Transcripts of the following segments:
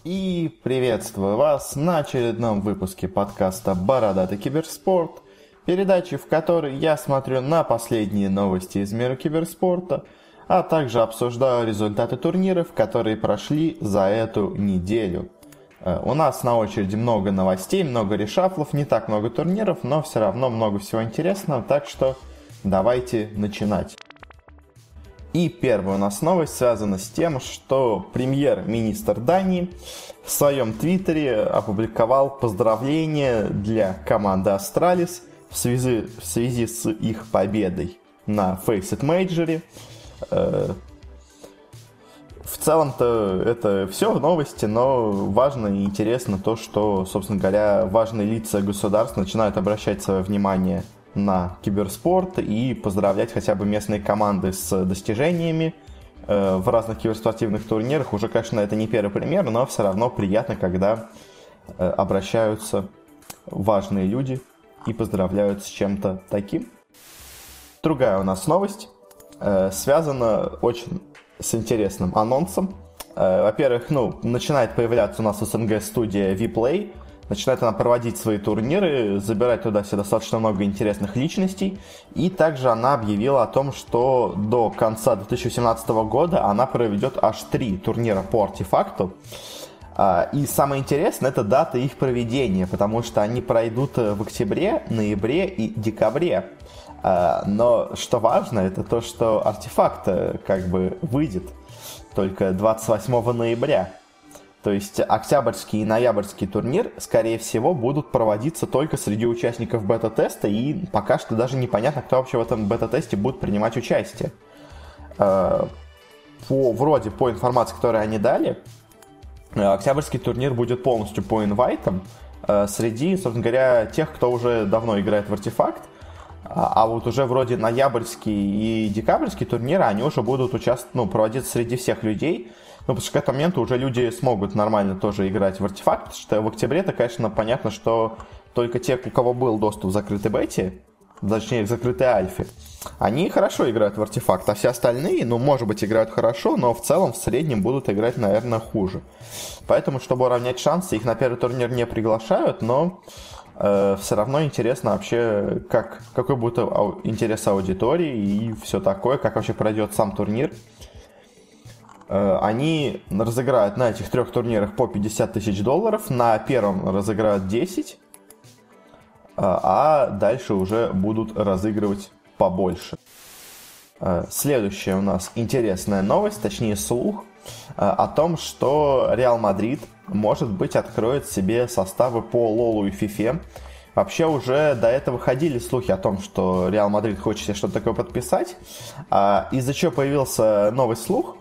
И приветствую вас на очередном выпуске подкаста «Бородатый киберспорт», передачи, в которой я смотрю на последние новости из мира киберспорта, а также обсуждаю результаты турниров, которые прошли за эту неделю. У нас на очереди много новостей, много решафлов, не так много турниров, но все равно много всего интересного, так что давайте начинать. И первая у нас новость связана с тем, что премьер-министр Дании в своем твиттере опубликовал поздравления для команды Astralis в связи с их победой на Faceit Major. В целом-то это все в новости, но важно и интересно то, что, собственно говоря, важные лица государств начинают обращать свое внимание на киберспорт и поздравлять хотя бы местные команды с достижениями в разных киберспортивных турнирах. Уже, конечно, это не первый пример, но все равно приятно, когда обращаются важные люди и поздравляют с чем-то таким. Другая у нас новость связана очень с интересным анонсом. Во-первых, начинает появляться у нас в СНГ студия Vplay. Начинает она проводить свои турниры, забирать туда себе достаточно много интересных личностей. И также она объявила о том, что до конца 2017 года она проведет аж 3 турнира по артефакту. И самое интересное, это дата их проведения, потому что они пройдут в октябре, ноябре и декабре. Но что важно, это то, что артефакт выйдет только 28 ноября. То есть октябрьский и ноябрьский турнир, скорее всего, будут проводиться только среди участников бета-теста, и пока что даже непонятно, кто вообще в этом бета-тесте будет принимать участие. По информации, которую они дали, октябрьский турнир будет полностью по инвайтам среди, собственно говоря, тех, кто уже давно играет в артефакт, а вот уже вроде ноябрьский и декабрьский турниры, они уже будут проводиться среди всех людей. Потому что к этому моменту уже люди смогут нормально тоже играть в артефакт. Потому что в октябре-то, конечно, понятно, что только те, у кого был доступ в закрытой бете, точнее, в закрытой альфе, они хорошо играют в артефакт. А все остальные, может быть, играют хорошо, но в целом в среднем будут играть, наверное, хуже. Поэтому, чтобы уравнять шансы, их на первый турнир не приглашают, но все равно интересно вообще, какой будет интерес аудитории и все такое, как вообще пройдет сам турнир. Они разыграют на этих 3 турнирах по $50 000, на первом разыграют 10, а дальше уже будут разыгрывать побольше. Следующая у нас интересная новость, точнее слух, о том, что Реал Мадрид, может быть, откроет себе составы по Лолу и Фифе. Вообще уже до этого ходили слухи о том, что Реал Мадрид хочет себе что-то такое подписать, из-за чего появился новый слух.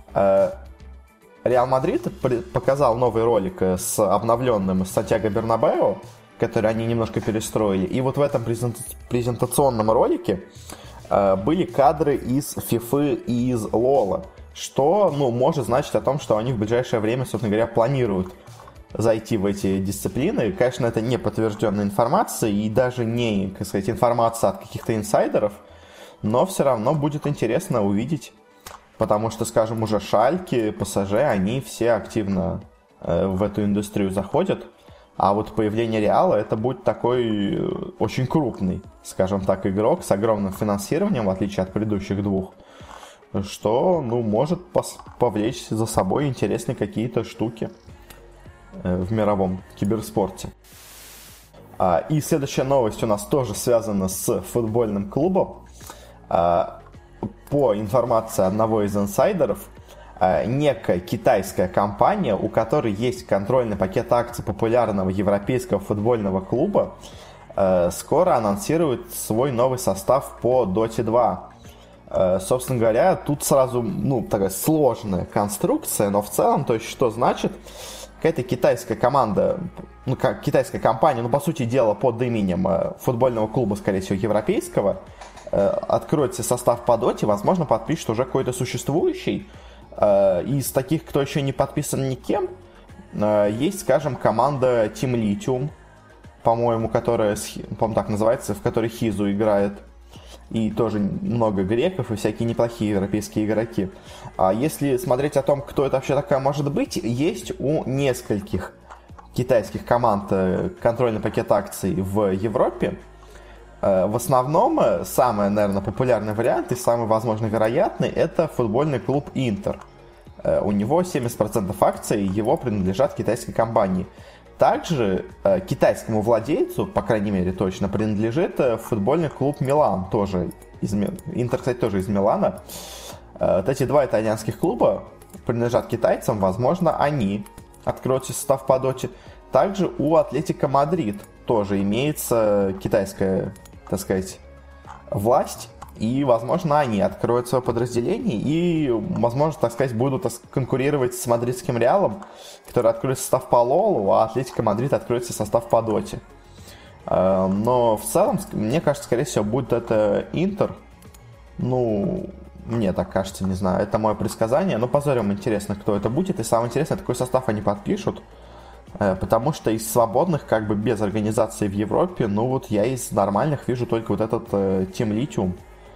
Реал Мадрид показал новый ролик с обновленным Сантьяго Бернабеу, который они немножко перестроили. И вот в этом презентационном ролике были кадры из Фифы и из Лола, что может значить о том, что они в ближайшее время, собственно говоря, планируют зайти в эти дисциплины. Конечно, это не подтвержденная информация и даже не, информация от каких-то инсайдеров, но все равно будет интересно увидеть. Потому что, скажем, уже Шальке, ПСЖ, они все активно в эту индустрию заходят. А вот появление Реала, это будет такой очень крупный, скажем так, игрок с огромным финансированием, в отличие от предыдущих двух, что, может повлечь за собой интересные какие-то штуки в мировом киберспорте. И следующая новость у нас тоже связана с футбольным клубом. По информации одного из инсайдеров, некая китайская компания, у которой есть контрольный пакет акций популярного европейского футбольного клуба, скоро анонсирует свой новый состав по Dota 2. Собственно говоря, тут сразу такая сложная конструкция, но в целом, то есть что значит? Какая-то китайская команда, китайская компания, по сути дела, под именем футбольного клуба, скорее всего, европейского, откроет себе состав по доте, возможно, подпишет уже какой-то существующий. Из таких, кто еще не подписан никем, есть, скажем, команда Team Lithium, по-моему, которая, по-моему, так называется, в которой Хизу играет. и тоже много греков и всякие неплохие европейские игроки. А если смотреть о том, кто это вообще такая может быть, есть у нескольких китайских команд контрольный пакет акций в Европе. В основном, самый, наверное, популярный вариант и самый, возможно, вероятный, это футбольный клуб «Интер». У него 70% акций его принадлежат китайской компании. Также китайскому владельцу, по крайней мере, точно принадлежит футбольный клуб «Милан», тоже Интер, кстати, тоже из Милана. Вот эти два итальянских клуба принадлежат китайцам, возможно, они откроют состав по доте. Также у Атлетико Мадрид тоже имеется китайская, так сказать, власть, и, возможно, они откроют свое подразделение и, возможно, так сказать, будут конкурировать с мадридским Реалом, который откроет состав по Лолу, а Атлетико Мадрид откроет состав по Доте. Но в целом, мне кажется, скорее всего, будет это Интер. Ну, мне так кажется, не знаю, это мое предсказание. Но позорим, интересно, кто это будет. И самое интересное, какой состав они подпишут. Потому что из свободных, как бы без организации в Европе, ну вот я из нормальных вижу только вот этот Team Lithium.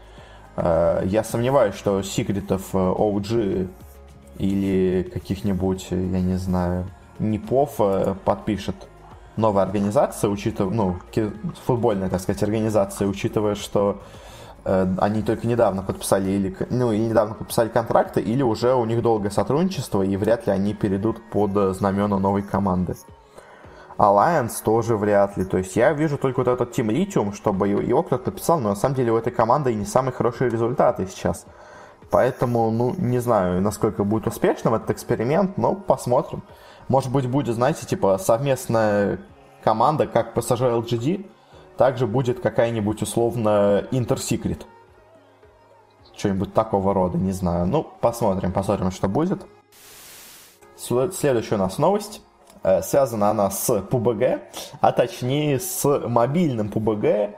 Я сомневаюсь, что секретов OG или каких-нибудь, я не знаю, НИПов подпишет новая организация, учитывая, ну, футбольная, так сказать, организация, учитывая, что они только недавно подписали или недавно подписали контракты, или уже у них долгое сотрудничество, и вряд ли они перейдут под знамена новой команды. Alliance тоже вряд ли. То есть я вижу только вот этот Team Lithium, чтобы его кто-то подписал, но на самом деле у этой команды и не самые хорошие результаты сейчас. Поэтому, ну, не знаю, насколько будет успешным этот эксперимент, но посмотрим. Может быть, будет, знаете, типа совместная команда, как PSG LGD, также будет какая-нибудь условно Inter-Secret. Что-нибудь такого рода, не знаю. Ну, посмотрим, что будет. Следующая у нас новость. Связана она с PUBG, а точнее с мобильным PUBG.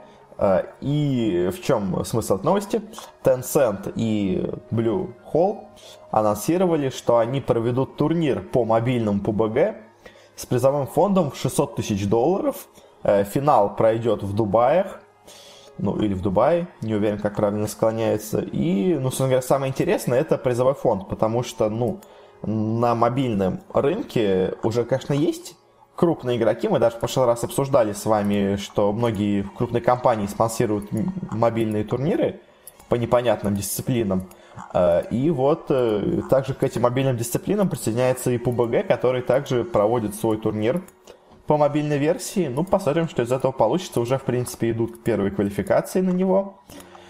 И в чем смысл этой новости? Tencent и Blue Hole анонсировали, что они проведут турнир по мобильному PUBG с призовым фондом в $600 тысяч. Финал пройдет в Дубае. Ну, или в Дубае, не уверен, как правильно склоняется. И, ну, собственно говоря, самое интересное — это призовой фонд, потому что, ну, на мобильном рынке уже, конечно, есть крупные игроки. Мы даже в прошлый раз обсуждали с вами, что многие крупные компании спонсируют мобильные турниры по непонятным дисциплинам. И вот также к этим мобильным дисциплинам присоединяется и PUBG, который также проводит свой турнир по мобильной версии. Ну, посмотрим, что из этого получится. Уже, в принципе, идут первые квалификации на него.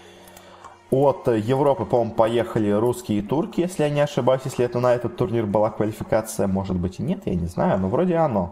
От Европы, по-моему, поехали русские и турки, если я не ошибаюсь. Если это на этот турнир была квалификация, может быть и нет, я не знаю, но вроде оно.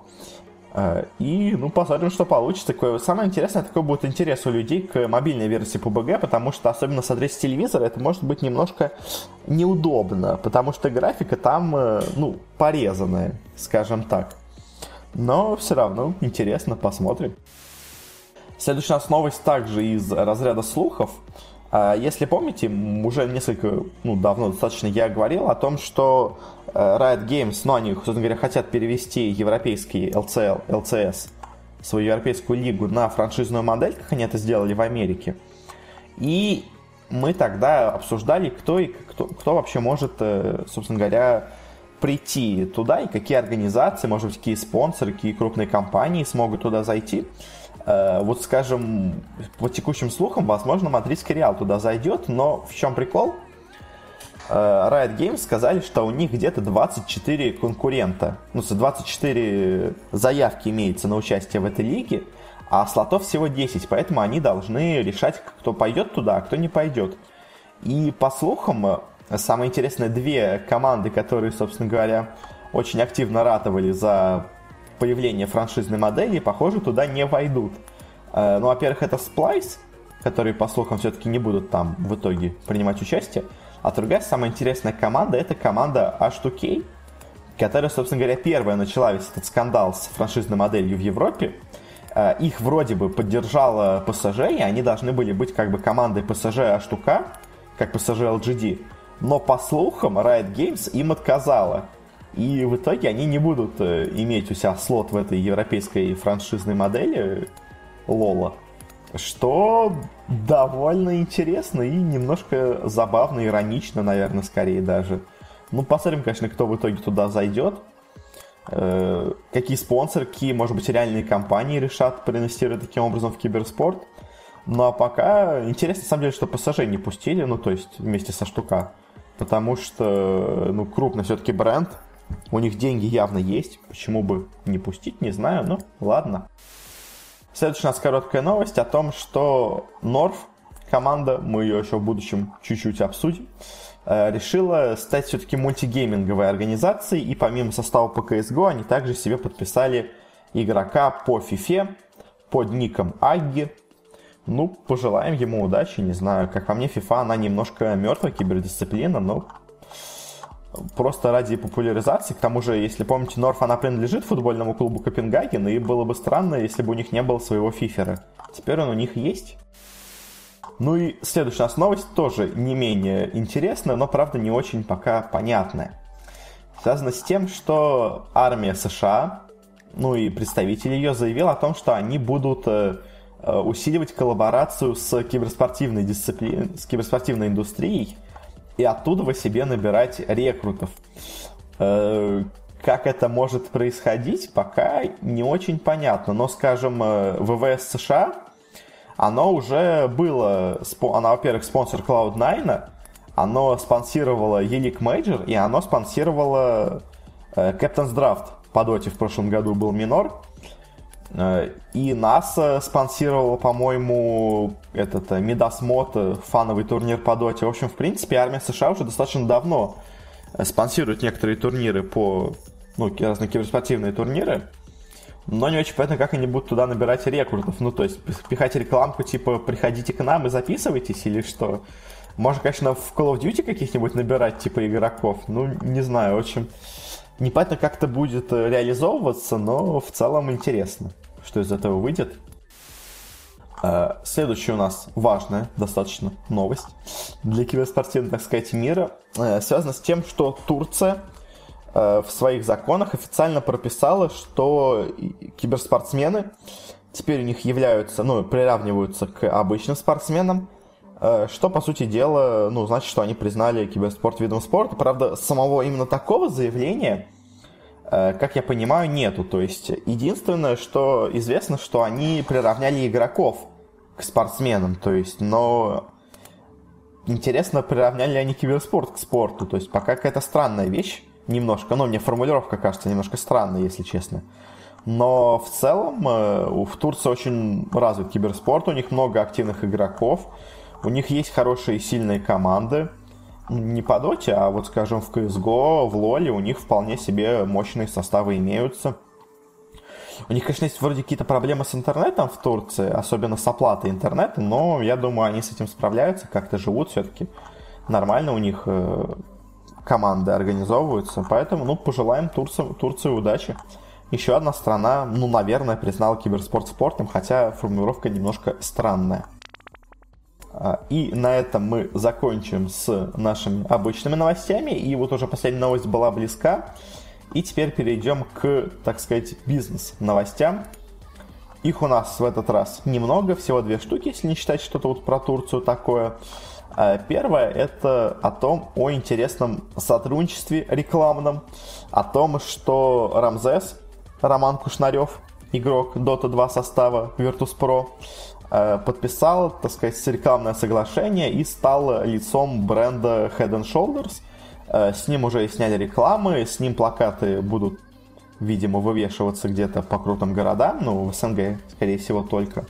И, ну, посмотрим, что получится. Самое интересное, какой будет интерес у людей к мобильной версии PUBG, потому что, особенно смотреть с телевизора, это может быть немножко неудобно, потому что графика там, ну, порезанная, скажем так. Но все равно интересно, посмотрим. Следующая у нас новость также из разряда слухов. Если помните, уже несколько, давно достаточно я говорил о том, что Riot Games, они, собственно говоря, хотят перевести европейский LCS, свою европейскую лигу, на франшизную модель, как они это сделали в Америке. И мы тогда обсуждали, кто вообще может, собственно говоря, прийти туда, и какие организации, может быть, какие спонсоры, какие крупные компании смогут туда зайти. Вот, скажем, по текущим слухам, возможно, мадридский Реал туда зайдет, но в чем прикол? Riot Games сказали, что у них где-то 24 конкурента, 24 заявки имеется на участие в этой лиге, а слотов всего 10, поэтому они должны решать, кто пойдет туда, а кто не пойдет. И по слухам, самое интересное, две команды, которые, собственно говоря, очень активно ратовали за появление франшизной модели, похоже, туда не войдут. Ну, во-первых, это Splice, которые, по слухам, все-таки не будут там в итоге принимать участие. А другая, самая интересная команда, это команда H2K, которая, собственно говоря, первая начала весь этот скандал с франшизной моделью в Европе. Их вроде бы поддержала PSG, и они должны были быть как бы командой PSG H2K, как PSG LGD. Но, по слухам, Riot Games им отказала. И в итоге они не будут иметь у себя слот в этой европейской франшизной модели Лола. что довольно интересно и немножко забавно, иронично, наверное, скорее даже. Ну, посмотрим, конечно, кто в итоге туда зайдет. Какие спонсоры, какие, может быть, реальные компании решат проинвестировать таким образом в киберспорт. Ну, а пока интересно, на самом деле, что PSG не пустили, ну, то есть вместе со Штука. Потому что, ну, крупный все-таки бренд, у них деньги явно есть, почему бы не пустить, не знаю, ну, ладно. Следующая у нас короткая новость о том, что North, команда, мы ее еще в будущем чуть-чуть обсудим, решила стать все-таки мультигейминговой организацией, и помимо состава по CSGO они также себе подписали игрока по FIFA под ником Агги. Ну, пожелаем ему удачи, не знаю, как по мне, FIFA, она немножко мертвая кибердисциплина, но просто ради популяризации. К тому же, если помните, North, она принадлежит футбольному клубу Копенгаген, и было бы странно, если бы у них не было своего фифера. Теперь он у них есть. Ну и следующая у нас новость тоже не менее интересная, но, правда, не очень пока понятная. Связана с тем, что армия США, ну и представители ее, заявили о том, что они будут усиливать коллаборацию с киберспортивной дисциплиной, с киберспортивной индустрией, и оттуда вы себе набирать рекрутов. Как это может происходить, пока не очень понятно. Но, скажем, ВВС США, оно уже было... Оно, во-первых, спонсор Cloud9, оно спонсировало E-League Major, и оно спонсировало Captain's Draft. По доте в прошлом году был минор. И нас спонсировал, по-моему, Midas Mod, фановый турнир по доте. В общем, в принципе, армия США уже достаточно давно спонсирует некоторые турниры по, ну, разные киберспортивные турниры. Но не очень понятно, как они будут туда набирать рекрутов. Ну, то есть, пихать рекламку, типа, приходите к нам и записывайтесь, или что? Можно, конечно, в Call of Duty каких-нибудь набирать, типа, игроков. Ну, не знаю, в общем... Непонятно, как это будет реализовываться, но в целом интересно, что из этого выйдет. Следующая у нас важная достаточно новость для киберспортивного, так сказать, мира. Связана с тем, что Турция в своих законах официально прописала, что киберспортсмены теперь у них являются, ну, приравниваются к обычным спортсменам, что, по сути дела, ну, значит, что они признали киберспорт видом спорта. Правда, самого именно такого заявления, как я понимаю, нету. То есть, единственное, что известно, что они приравняли игроков к спортсменам. То есть, но интересно, приравняли ли они киберспорт к спорту. То есть, пока какая-то странная вещь. Немножко, ну, мне формулировка кажется немножко странной, если честно. Но в целом в Турции очень развит киберспорт, у них много активных игроков. У них есть хорошие и сильные команды. Не по доте, а вот, скажем, в CSGO, в LoL у них вполне себе мощные составы имеются. У них, конечно, есть вроде какие-то проблемы с интернетом в Турции, особенно с оплатой интернета, но я думаю, они с этим справляются, как-то живут все-таки. Нормально у них команды организовываются, поэтому, ну, пожелаем Турции удачи. Еще одна страна, ну, наверное, признала киберспорт спортом, хотя формулировка немножко странная. И на этом мы закончим с нашими обычными новостями. И вот уже последняя новость была близка. И теперь перейдем к, так сказать, бизнес-новостям. Их у нас в этот раз немного, всего 2 штуки, если не считать что-то вот про Турцию такое. Первое — это о интересном сотрудничестве рекламном. О том, что Рамзес, Роман Кушнарев, игрок Dota 2 состава Virtus.pro, подписал, так сказать, рекламное соглашение и стал лицом бренда Head Shoulders. С ним уже сняли рекламы, с ним плакаты будут, видимо, вывешиваться где-то по крупным городам, ну, в СНГ, скорее всего, только.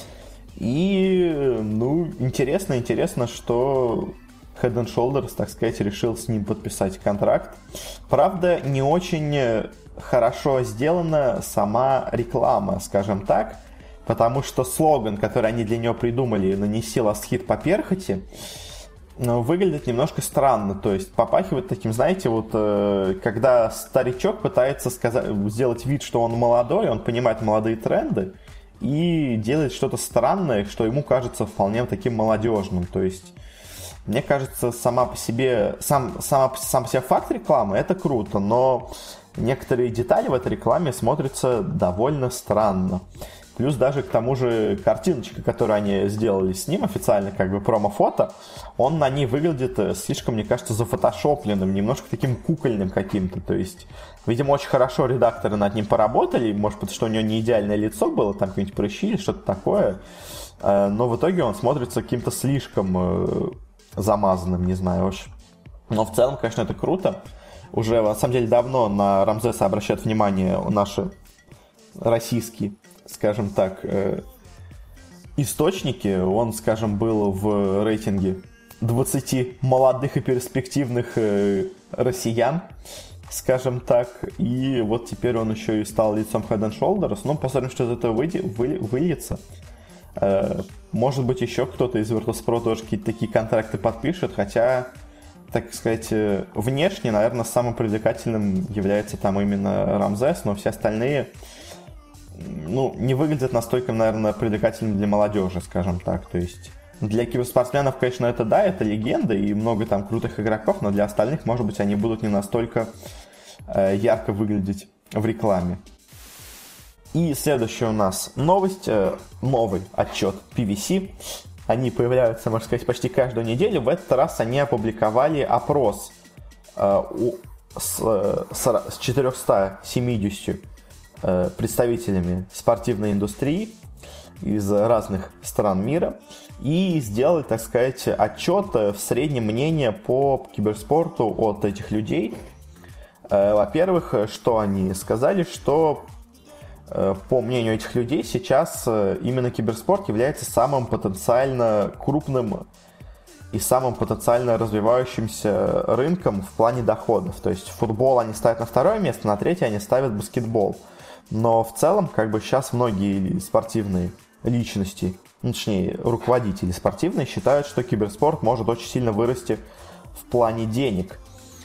И, ну, интересно, что Head Shoulders, так сказать, решил с ним подписать контракт. Правда, не очень хорошо сделана сама реклама, скажем так, потому что слоган, который они для нее придумали, «Нанеси ласт-хит по перхоти», выглядит немножко странно. То есть попахивает таким, знаете, вот когда старичок пытается сделать вид, что он молодой, он понимает молодые тренды и делает что-то странное, что ему кажется вполне таким молодежным. То есть мне кажется, сам по себе факт рекламы — это круто, но некоторые детали в этой рекламе смотрятся довольно странно. Плюс даже к тому же картиночка, которую они сделали с ним, официально как бы промо-фото, он на ней выглядит слишком, мне кажется, зафотошопленным, немножко таким кукольным каким-то. То есть, видимо, очень хорошо редакторы над ним поработали, может, потому что у него не идеальное лицо было, там какие-нибудь прыщи или что-то такое. Но в итоге он смотрится каким-то слишком замазанным, не знаю, очень. Но в целом, конечно, это круто. Уже, на самом деле, давно на Рамзеса обращают внимание наши российские, скажем так, источники. Он, скажем, был в рейтинге 20 молодых и перспективных россиян, скажем так. И вот теперь он еще и стал лицом Head and Shoulders. Ну, посмотрим, что из этого выльется. Может быть, еще кто-то из Virtus.pro тоже какие-то такие контракты подпишет, хотя, так сказать, внешне, наверное, самым привлекательным является там именно Рамзес, но все остальные, ну, не выглядят настолько, наверное, привлекательными для молодежи, скажем так. То есть для киберспортсменов, конечно, это да, это легенда и много там крутых игроков, но для остальных, может быть, они будут не настолько ярко выглядеть в рекламе. И следующая у нас новость, новый отчет PVC. Они появляются, можно сказать, почти каждую неделю. В этот раз они опубликовали опрос с 470 представителями спортивной индустрии из разных стран мира. И сделали, так сказать, отчет в среднем мнение по киберспорту от этих людей. Во-первых, что они сказали, что по мнению этих людей, сейчас именно киберспорт является самым потенциально крупным и самым потенциально развивающимся рынком в плане доходов. То есть футбол они ставят на второе место, на третье они ставят баскетбол. Но в целом, как бы сейчас многие спортивные личности, ну, точнее, руководители спортивные считают, что киберспорт может очень сильно вырасти в плане денег.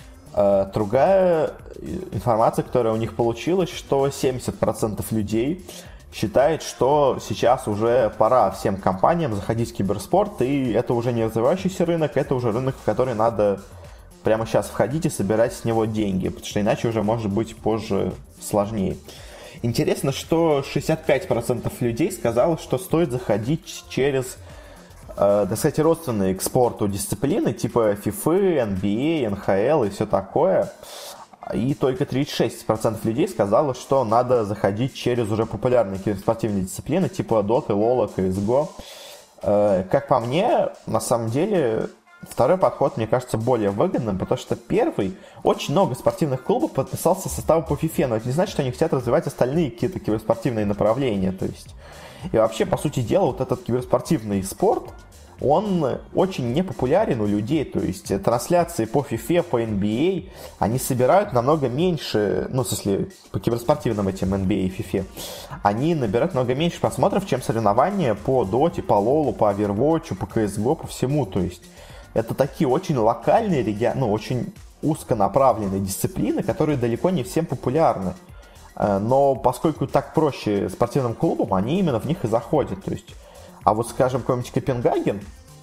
Другая информация, которая у них получилась, что 70% людей считает, что сейчас уже пора всем компаниям заходить в киберспорт, и это уже не развивающийся рынок, это уже рынок, в который надо прямо сейчас входить и собирать с него деньги, потому что иначе уже может быть позже сложнее. Интересно, что 65% людей сказало, что стоит заходить через, так сказать, родственные к спорту дисциплины, типа FIFA, NBA, NHL и все такое. И только 36% людей сказало, что надо заходить через уже популярные киберспортивные дисциплины, типа Dota, LoL, CSGO. Как по мне, на самом деле, второй подход, мне кажется, более выгодным, потому что первый, очень много спортивных клубов подписался составу по FIFA, но это не значит, что они хотят развивать остальные какие-то киберспортивные направления. То есть, и вообще, по сути дела, вот этот киберспортивный спорт, он очень непопулярен у людей, то есть трансляции по FIFA, по NBA, они собирают намного меньше, ну, в смысле, по киберспортивным этим NBA и FIFA, они набирают много меньше просмотров, чем соревнования по Dota, по LoL, по Overwatch, по CSGO, по всему, то есть это такие очень локальные, ну, очень узконаправленные дисциплины, которые далеко не всем популярны. Но поскольку так проще спортивным клубам, они именно в них и заходят, то есть. А вот, скажем, какой-нибудь Копенгаген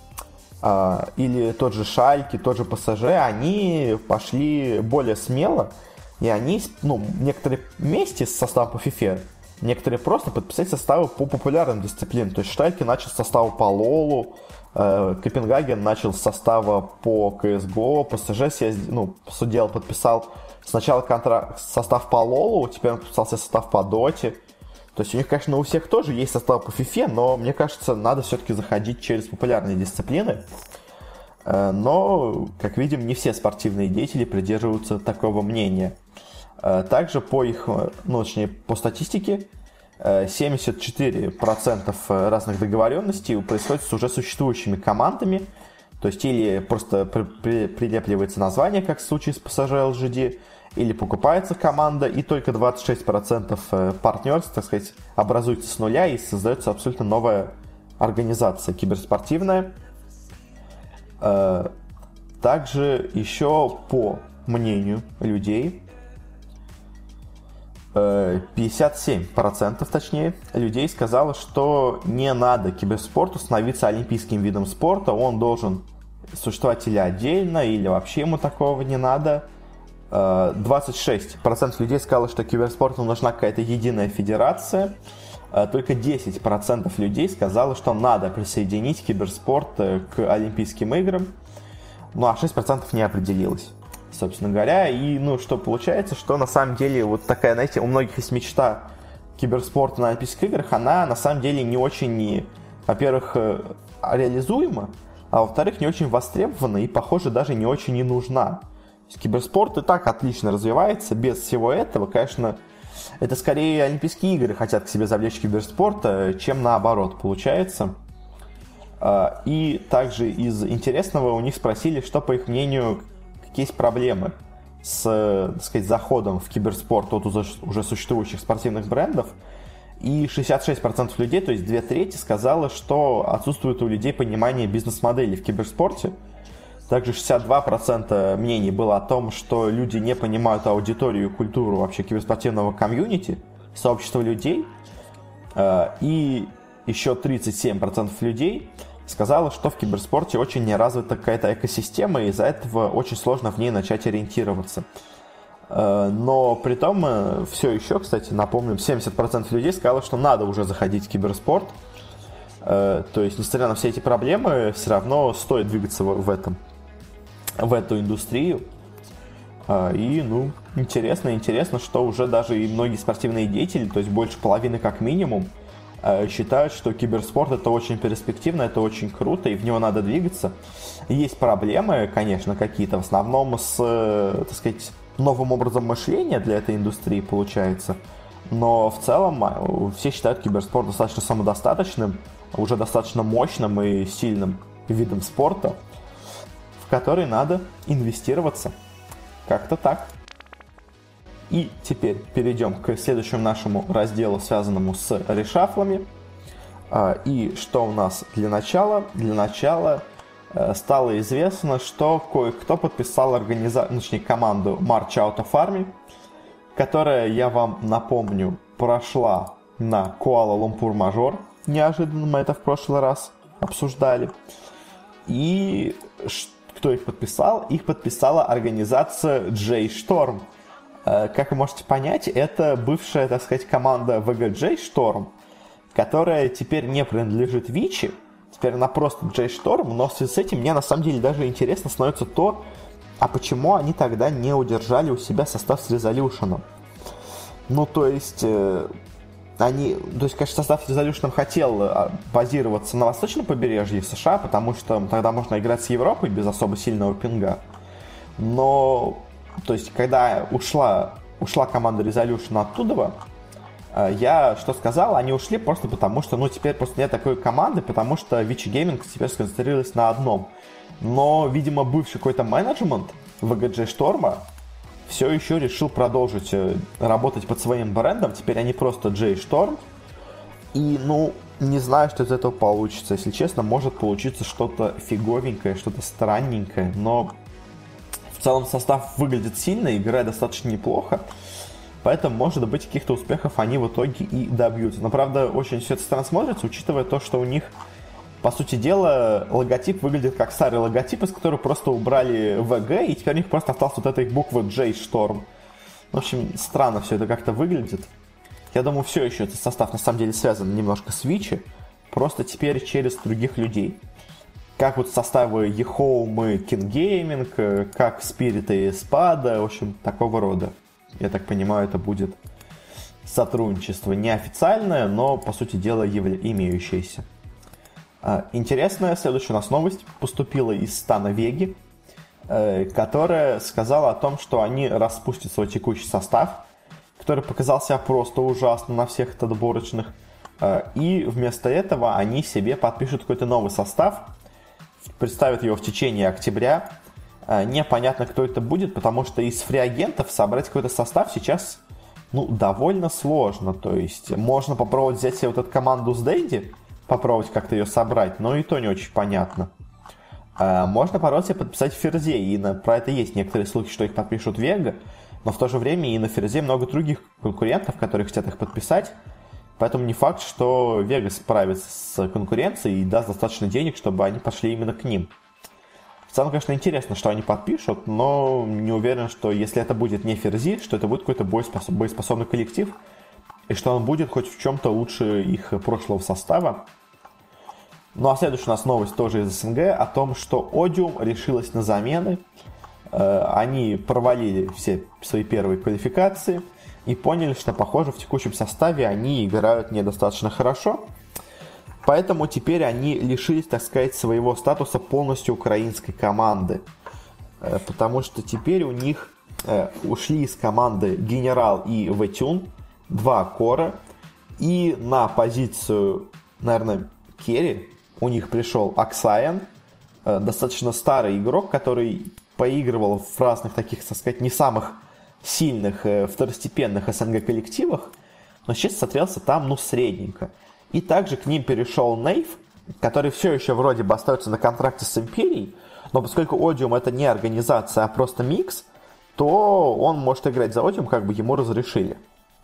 или тот же Шальке, тот же ПСЖ, они пошли более смело, и они, ну, некоторые вместе с составом по FIFA, некоторые просто подписали составы по популярным дисциплинам. То есть Шальке начал с состава по Лолу, Копенгаген начал с состава по CSGO, ПСЖ, ну, по сути дела, подписал сначала состав по Лолу, теперь он подписал состав по Доте. То есть у них, конечно, у всех тоже есть состав по FIFA, но, мне кажется, надо все-таки заходить через популярные дисциплины. Но, как видим, не все спортивные деятели придерживаются такого мнения. Также по их, ну, точнее, по статистике, 74% разных договоренностей происходит с уже существующими командами. То есть или просто прилепливается название, как в случае с PSG LGD, или покупается команда, и только 26% партнерств, так сказать, образуется с нуля и создается абсолютно новая организация киберспортивная. Также еще по мнению людей, 57% точнее, людей сказало, что не надо киберспорту становиться олимпийским видом спорта, он должен существовать или отдельно, или вообще ему такого не надо. 26% людей сказало, что киберспорту нужна какая-то единая федерация. только 10% людей сказало, что надо присоединить киберспорт к Олимпийским играм, ну а 6% не определилось, собственно говоря. И, ну, что получается, что на самом деле вот такая, знаете, у многих есть мечта киберспорта на Олимпийских играх, она на самом деле не очень, во-первых, реализуема, а во-вторых, не очень востребована и, похоже, даже не очень и нужна. Киберспорт и так отлично развивается, без всего этого, конечно, это скорее Олимпийские игры хотят к себе завлечь киберспорта, чем наоборот получается. И также из интересного у них спросили, что, по их мнению, какие есть проблемы с, так сказать, заходом в киберспорт от уже существующих спортивных брендов. И 66% людей, то есть 2/3, сказало, что отсутствует у людей понимание бизнес-модели в киберспорте. Также 62% мнений было о том, что люди не понимают аудиторию и культуру вообще киберспортивного комьюнити, сообщества людей. И еще 37% людей сказала, что в киберспорте очень не развита какая-то экосистема, и из-за этого очень сложно в ней начать ориентироваться. Но при том, все еще, кстати, напомню, 70% людей сказало, что надо уже заходить в киберспорт. То есть, несмотря на все эти проблемы, все равно стоит двигаться в эту индустрию. И, ну, интересно, что уже даже и многие спортивные деятели, то есть больше половины как минимум, считают, что киберспорт это очень перспективно, это очень круто, и в него надо двигаться. Есть проблемы, конечно, какие-то, в основном с, так сказать, новым образом мышления для этой индустрии получается. Но в целом все считают киберспорт достаточно самодостаточным, уже достаточно мощным и сильным видом спорта, в который надо инвестироваться. Как-то так. И теперь перейдем к следующему нашему разделу, связанному с решафлами. И что у нас для начала? Для начала стало известно, что кое-кто подписал команду March Out of Army, которая, я вам напомню, прошла на Куала-Лумпур Мажор. Неожиданно мы это в прошлый раз обсуждали. И кто их подписал? Их подписала организация J-Storm. Как вы можете понять, это бывшая, так сказать, команда VG J-Storm, которая теперь не принадлежит Вичи. Теперь она просто J-Storm, но в связи с этим мне на самом деле даже интересно становится то, а почему они тогда не удержали у себя состав с Resolution. Ну, то есть, конечно, состав с Resolution хотел базироваться на восточном побережье США, потому что тогда можно играть с Европой без особо сильного пинга. Но, то есть, когда ушла команда Resolution оттуда, я что сказал, они ушли просто потому, что, ну, теперь просто нет такой команды, потому что Vici Gaming теперь сконцентрировалась на одном. Но, видимо, бывший какой-то менеджмент VG Шторма все еще решил продолжить работать под своим брендом. Теперь они просто J-Storm. И, ну, не знаю, что из этого получится. Если честно, может получиться что-то фиговенькое, что-то странненькое. Но в целом состав выглядит сильно, играет достаточно неплохо. Поэтому, может быть, каких-то успехов они в итоге и добьются. Но, правда, очень все это странно смотрится, учитывая то, что у них, по сути дела, логотип выглядит как старый логотип, из которого просто убрали VG, и теперь у них просто осталась вот эта их буква J-Storm. В общем, странно все это как-то выглядит. Я думаю, все еще этот состав на самом деле связан немножко с Вичи, просто теперь через других людей. Как вот составы eHome и King Gaming, как Spirit и Espada, в общем, такого рода. Я так понимаю, это будет сотрудничество неофициальное, но, по сути дела, имеющееся. Интересная следующая у нас новость поступила из стана Веги, которая сказала о том, что они распустят свой текущий состав, который показался просто ужасно на всех отборочных, и вместо этого они себе подпишут какой-то новый состав, представят его в течение октября. Непонятно, кто это будет, потому что из фри-агентов собрать какой-то состав сейчас, ну, довольно сложно. То есть можно попробовать взять себе вот эту команду с Дэйди, попробовать как-то ее собрать, но и то не очень понятно. Можно попробовать себе подписать Ферзе, и про это есть некоторые слухи, что их подпишут Вега, но в то же время и на Ферзе много других конкурентов, которые хотят их подписать, поэтому не факт, что Вега справится с конкуренцией и даст достаточно денег, чтобы они пошли именно к ним. В целом, конечно, интересно, что они подпишут, но не уверен, что если это будет не Ферзи, что это будет какой-то боеспособный коллектив. и что он будет хоть в чем-то лучше их прошлого состава. Ну а следующая у нас новость тоже из СНГ о том, что Odium решилась на замены. Они провалили все свои первые квалификации и поняли, что, похоже, в текущем составе они играют недостаточно хорошо. Поэтому теперь они лишились, так сказать, своего статуса полностью украинской команды. Потому что теперь у них ушли из команды Генерал и Ветюн, 2 кора. И на позицию, наверное, керри у них пришел Аксаян, достаточно старый игрок, который поигрывал в разных таких, так сказать, не самых сильных второстепенных СНГ коллективах, но сейчас смотрелся там, ну, средненько. И также к ним перешел Нейв, который все еще вроде бы остается на контракте с Империей, но поскольку Odium это не организация, а просто микс, то он может играть за Odium, как бы ему разрешили.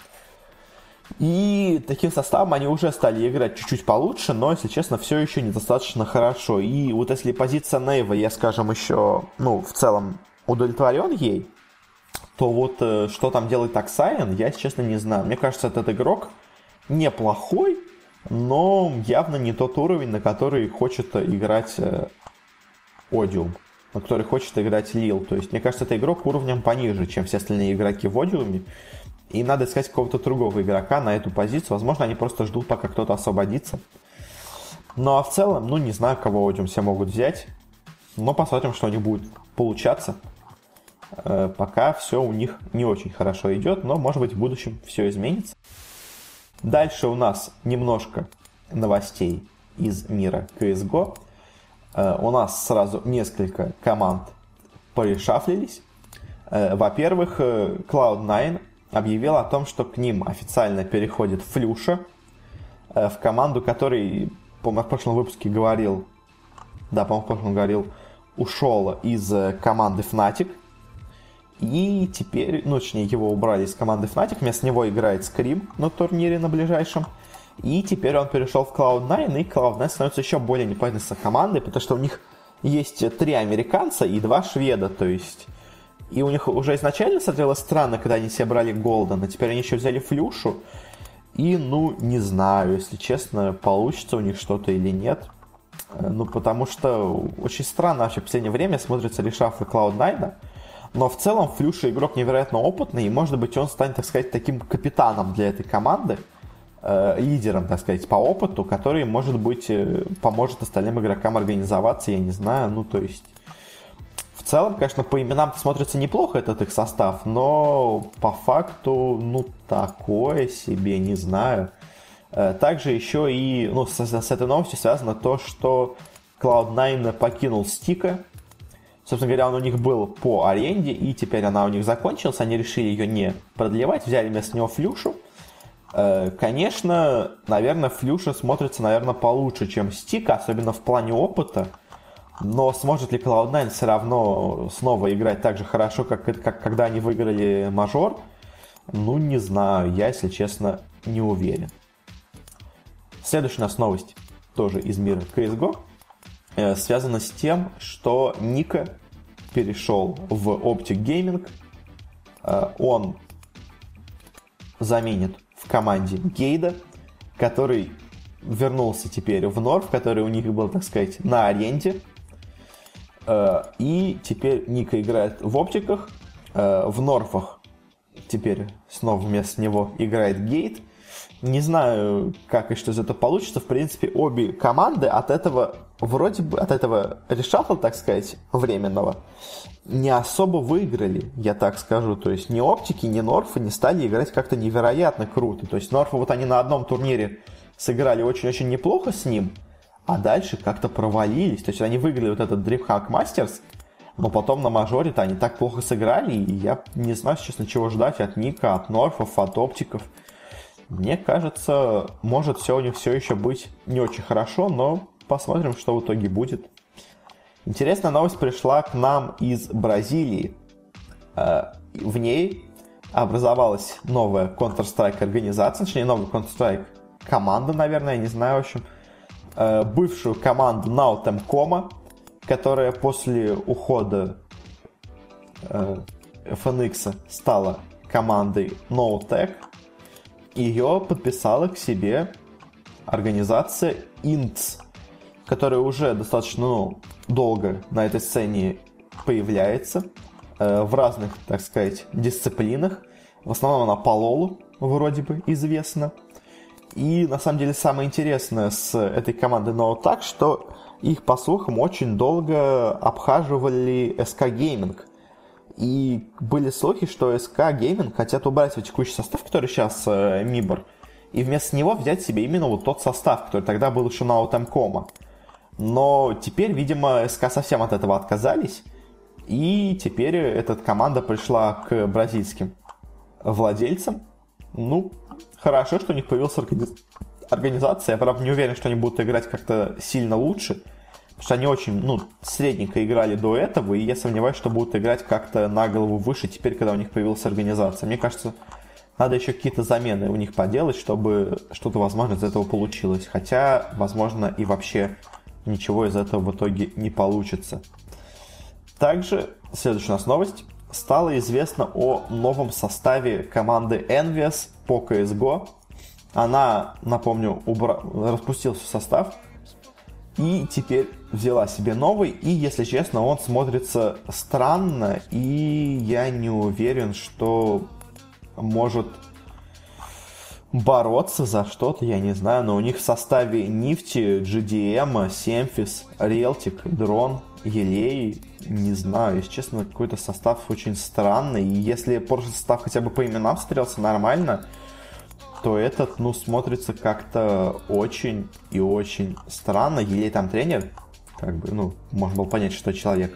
И таким составом они уже стали играть чуть-чуть получше, но, если честно, все еще недостаточно хорошо. И вот если позиция Нейва, я, скажем, еще, ну, в целом удовлетворен ей, то вот что там делает Аксайен, я, если честно, не знаю. Мне кажется, этот игрок неплохой, но явно не тот уровень, на который хочет играть Odium, на который хочет играть Lil. То есть, мне кажется, это игрок уровнем пониже, чем все остальные игроки в Odium. И надо искать какого-то другого игрока на эту позицию. Возможно, они просто ждут, пока кто-то освободится. Ну, а в целом, ну, не знаю, кого Odium все могут взять. Но посмотрим, что у них будет получаться. Пока все у них не очень хорошо идет, но, может быть, в будущем все изменится. Дальше у нас немножко новостей из мира CSGO. У нас сразу несколько команд порешафлились. Во-первых, Cloud9 объявил о том, что к ним официально переходит Флюша, в команду, который, по-моему, в прошлом выпуске говорил, ушел из команды Fnatic. И теперь, ну, точнее, его убрали из команды Fnatic, вместо него играет Scream на турнире на ближайшем. И теперь он перешел в Cloud9, и Cloud9 становится еще более непонятной командой, потому что у них есть 3 американца и 2 шведа, то есть... И у них уже изначально смотрелось странно, когда они себе брали Голден, а теперь они еще взяли Флюшу. И, ну, не знаю, если честно, получится у них что-то или нет. Ну, потому что очень странно вообще в последнее время смотрится решафлы Cloud9. Но в целом Флюша игрок невероятно опытный, и, может быть, он станет, так сказать, таким капитаном для этой команды, лидером, так сказать, по опыту, который, может быть, поможет остальным игрокам организоваться, я не знаю, ну, то есть... В целом, конечно, по именам смотрится неплохо этот их состав, но по факту, ну, такое себе, не знаю. Также еще и, ну, с этой новостью связано то, что Cloud9 покинул Стика. Собственно говоря, он у них был по аренде, и теперь она у них закончилась. Они решили ее не продлевать, взяли вместо него Флюшу. Конечно, наверное, Флюша смотрится, наверное, получше, чем Стик, особенно в плане опыта. Но сможет ли Cloud9 все равно снова играть так же хорошо, как когда они выиграли мажор? Ну, не знаю, я, если честно, не уверен. Следующая у нас новость, тоже из мира CSGO, связана с тем, что Ника перешел в Optic Gaming. Он заменит в команде Гейда, который вернулся теперь в Норф, который у них был, так сказать, на аренде. И теперь Ника играет в оптиках, в Норфах теперь снова вместо него играет Гейт. Не знаю, как и что из этого получится. В принципе, обе команды от этого, вроде бы, от этого решафла, так сказать, временного, не особо выиграли, я так скажу. То есть ни оптики, ни Норфы не стали играть как-то невероятно круто. То есть Норфы вот они на одном турнире сыграли очень-очень неплохо с ним, а дальше как-то провалились. То есть они выиграли вот этот DreamHack Masters, но потом на мажоре-то они так плохо сыграли, и я не знаю, честно, чего ждать от Ника, от Норфов, от оптиков. Мне кажется, может все у них все еще быть не очень хорошо, но посмотрим, что в итоге будет. Интересная новость пришла к нам из Бразилии. В ней образовалась новая Counter-Strike организация, точнее, новая Counter-Strike команда, наверное, я не знаю, в общем. Бывшую команду Nautem.com, которая после ухода FNX стала командой NoTech. ее подписала к себе организация INTS, которая уже достаточно долго на этой сцене появляется в разных, так сказать, дисциплинах. В основном она по лолу вроде бы известна. И на самом деле самое интересное с этой командой NoAttack, что их, по слухам, очень долго обхаживали SK Gaming. И были слухи, что SK Gaming хотят убрать свой текущий состав, который сейчас Мибор, и вместо него взять себе именно вот тот состав, который тогда был еще на Out'M. Но теперь, видимо, СК совсем от этого отказались, и теперь эта команда пришла к бразильским владельцам. Ну, хорошо, что у них появилась организация. Я, правда, не уверен, что они будут играть как-то сильно лучше, потому что они очень, средненько играли до этого, и я сомневаюсь, что будут играть как-то на голову выше теперь, когда у них появилась организация. Мне кажется, надо еще какие-то замены у них поделать, чтобы что-то, возможно, из этого получилось. Хотя, возможно, и вообще ничего из этого в итоге не получится. Также, следующая у нас новость. Стало известно о новом составе команды Envious по CSGO. Она, напомню, распустился состав и теперь взяла себе новый. И, если честно, он смотрится странно, и я не уверен, что может бороться за что-то, я не знаю, но у них в составе Nifty, GDM, Семфис, Realtic, Дрон, Елей, не знаю, если честно, какой-то состав очень странный, и если прошлый состав хотя бы по именам смотрелся нормально, то этот, смотрится как-то очень и очень странно. Елей там тренер, можно было понять, что человек.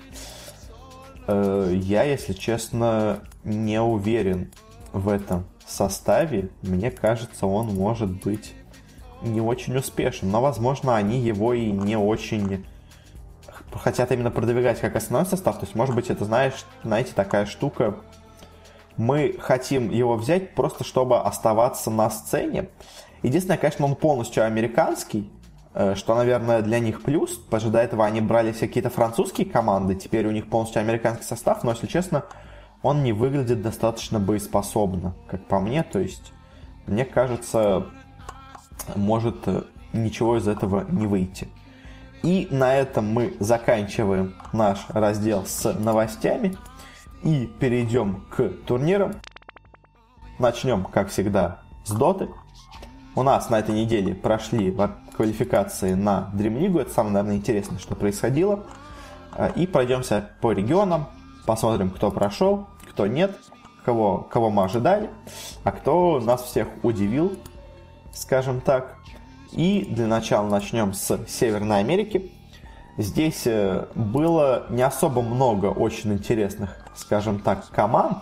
Я, если честно, не уверен в этом составе. Мне кажется, он может быть не очень успешен, но, возможно, они его и не очень хотят именно продвигать как основной состав. То есть, может быть, это, знаете, такая штука. Мы хотим его взять просто, чтобы оставаться на сцене. Единственное, конечно, он полностью американский, что, наверное, для них плюс, потому что до этого они брали все какие-то французские команды, теперь у них полностью американский состав, но, если честно, он не выглядит достаточно боеспособно, как по мне. То есть, мне кажется, может ничего из этого не выйти. И на этом мы заканчиваем наш раздел с новостями и перейдем к турнирам. Начнем, как всегда, с Доты. У нас на этой неделе прошли квалификации на Dream League. Это самое, наверное, интересное, что происходило. И пройдемся по регионам, посмотрим, кто прошел, кто нет, кого мы ожидали, а кто нас всех удивил, скажем так. И для начала начнем с Северной Америки. Здесь было не особо много очень интересных, скажем так, команд.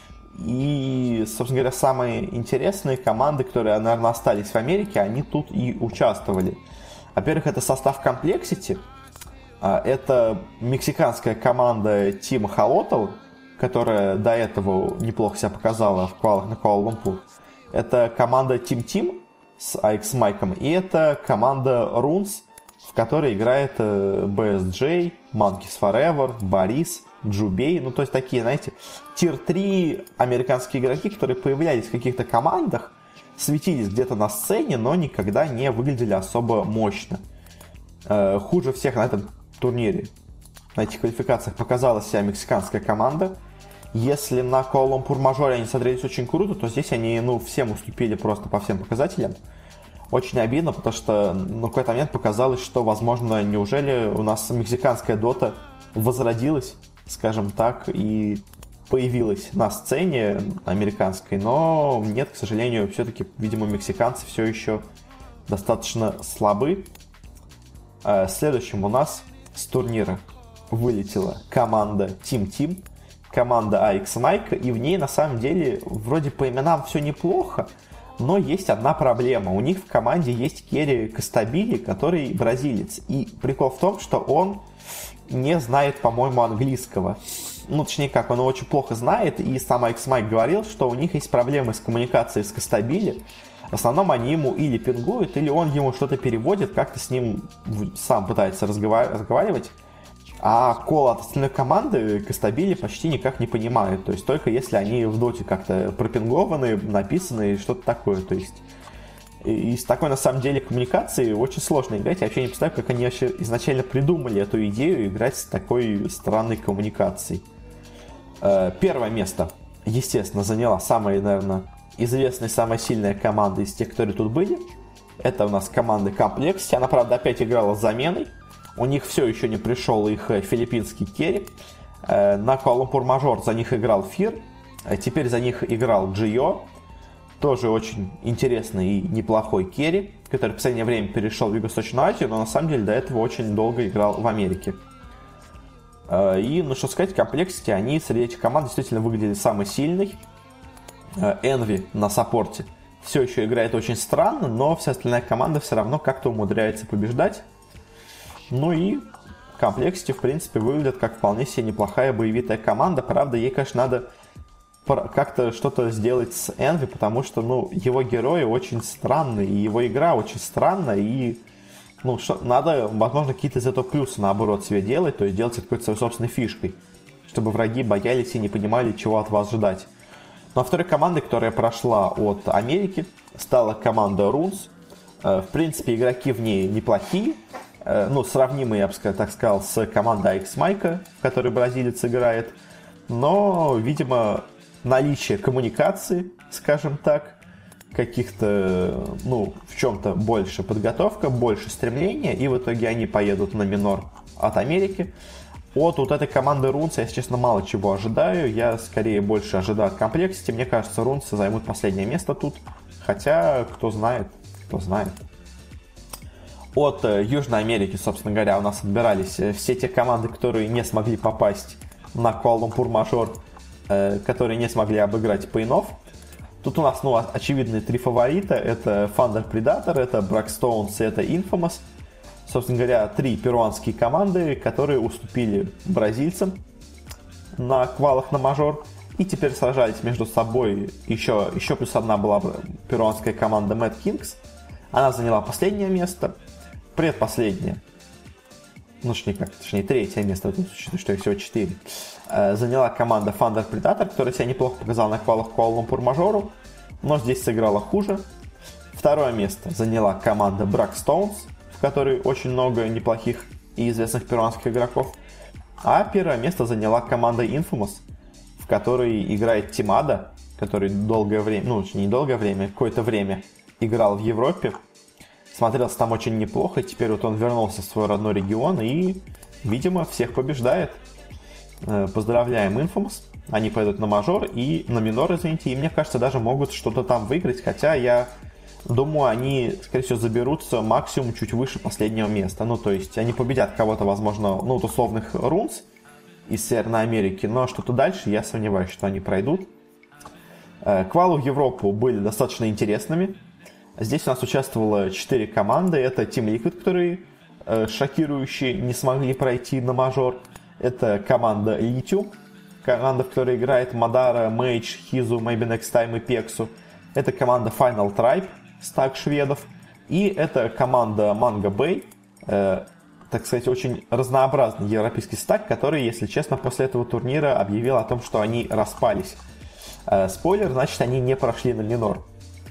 И, собственно говоря, самые интересные команды, которые, наверное, остались в Америке, они тут и участвовали. Во-первых, это состав Complexity. Это мексиканская команда Team Halotl, которая до этого неплохо себя показала в квалах на Куала-Лумпур. Это команда Team Team с AX Майком. И это команда Runes, в которой играет BSJ, Monkeys Forever, Борис, Джубей. То есть такие, знаете, тир-3 американские игроки, которые появлялись в каких-то командах, светились где-то на сцене, но никогда не выглядели особо мощно. Хуже всех на этом турнире, на этих квалификациях показала себя мексиканская команда. Если на Куала-Лумпур-мажоре они смотрелись очень круто, то здесь они, всем уступили просто по всем показателям. Очень обидно, потому что в какой-то момент показалось, что, возможно, неужели у нас мексиканская дота возродилась, скажем так, и появилась на сцене американской, но нет, к сожалению, все-таки, видимо, мексиканцы все еще достаточно слабы. Следующим у нас с турнира вылетела команда Team Team, команда AX Mike, и в ней на самом деле вроде по именам все неплохо, но есть одна проблема. У них в команде есть керри Костабили, который бразилец. И прикол в том, что он не знает, по-моему, английского. Точнее как, он его очень плохо знает, и сам AX Mike говорил, что у них есть проблемы с коммуникацией с Костабили. В основном они ему или пингуют, или он ему что-то переводит, как-то с ним сам пытается разговаривать. А кол от остальной команды Костабили почти никак не понимают. То есть только если они в доте как-то пропингованы, написаны и что-то такое. То есть из такой на самом деле коммуникации очень сложно играть. Я вообще не представляю, как они вообще изначально придумали эту идею играть с такой странной коммуникацией. Первое место, естественно, заняла самая, наверное, известная, самая сильная команда из тех, которые тут были. Это у нас команда Complexity. Она, правда, опять играла с заменой. У них все еще не пришел их филиппинский керри. На Куала-Лумпур Мажор за них играл Фир. Теперь за них играл Джио. Тоже очень интересный и неплохой керри, который в последнее время перешел в Юго-Восточную Азию, но на самом деле до этого очень долго играл в Америке. И, ну что сказать, Complexity, они среди этих команд действительно выглядели самой сильной. Envy на саппорте все еще играет очень странно, но вся остальная команда все равно как-то умудряется побеждать. Ну и Complexity, в принципе, выглядит как вполне себе неплохая боевитая команда. Правда, ей, конечно, надо как-то что-то сделать с Envy, потому что, ну, его герои очень странные, и его игра очень странная, и, ну, надо, возможно, какие-то из этого плюсы, наоборот, себе делать, то есть делать это какой-то своей собственной фишкой, чтобы враги боялись и не понимали, чего от вас ждать. Ну, а второй командой, которая прошла от Америки, стала команда Runes. В принципе, игроки в ней неплохие, ну, сравнимые, я бы так сказал, с командой X Майка, в которой бразилец играет. Но, видимо, наличие коммуникации, скажем так, каких-то, ну, в чем-то больше подготовка, больше стремления, и в итоге они поедут на минор от Америки. От вот этой команды Runes я, если честно, мало чего ожидаю. Я скорее больше ожидаю от Complexity. Мне кажется, Runes займут последнее место тут. Хотя, кто знает, кто знает. От Южной Америки, собственно говоря, у нас отбирались все те команды, которые не смогли попасть на Куала-Лумпур Мажор, которые не смогли обыграть Pain-Off. Тут у нас, ну, очевидные три фаворита. Это Thunder Predator, это Blackstones и это Infamous. Собственно говоря, три перуанские команды, которые уступили бразильцам на квалах на мажор. И теперь сражались между собой. Еще плюс одна была перуанская команда Mad Kings. Она заняла последнее место. Предпоследнее. Ну, точнее, третье место, учитывая, что их всего 4. Заняла команда Thunder Predator, которая себя неплохо показала на квалах Куала-Лумпур Мажору, но здесь сыграла хуже. Второе место заняла команда Blackstones, в которой очень много неплохих и известных перуанских игроков. А первое место заняла команда Infamous, в которой играет Тимада, который долгое время, ну, не долгое время, какое-то время играл в Европе. Смотрелся там очень неплохо, теперь вот он вернулся в свой родной регион и, видимо, всех побеждает. Поздравляем Infamous, они пойдут на мажор и на минор, извините, и мне кажется, даже могут что-то там выиграть, хотя я думаю, они, скорее всего, заберутся максимум чуть выше последнего места. Ну, то есть, они победят кого-то, возможно, ну, от условных Runes из Северной Америки, но что-то дальше я сомневаюсь, что они пройдут. Квалы в Европу были достаточно интересными. Здесь у нас участвовало 4 команды. Это Team Liquid, которые шокирующие не смогли пройти на мажор. Это команда Lithium, команда, в которой играет Мадара, Мейдж, Хизу, Maybe Next Time и Пексу. Это команда Final Tribe, стак шведов. И это команда Manga Bay, так сказать, очень разнообразный европейский стак, который, если честно, после этого турнира объявил о том, что они распались. Спойлер, значит, они не прошли на минор.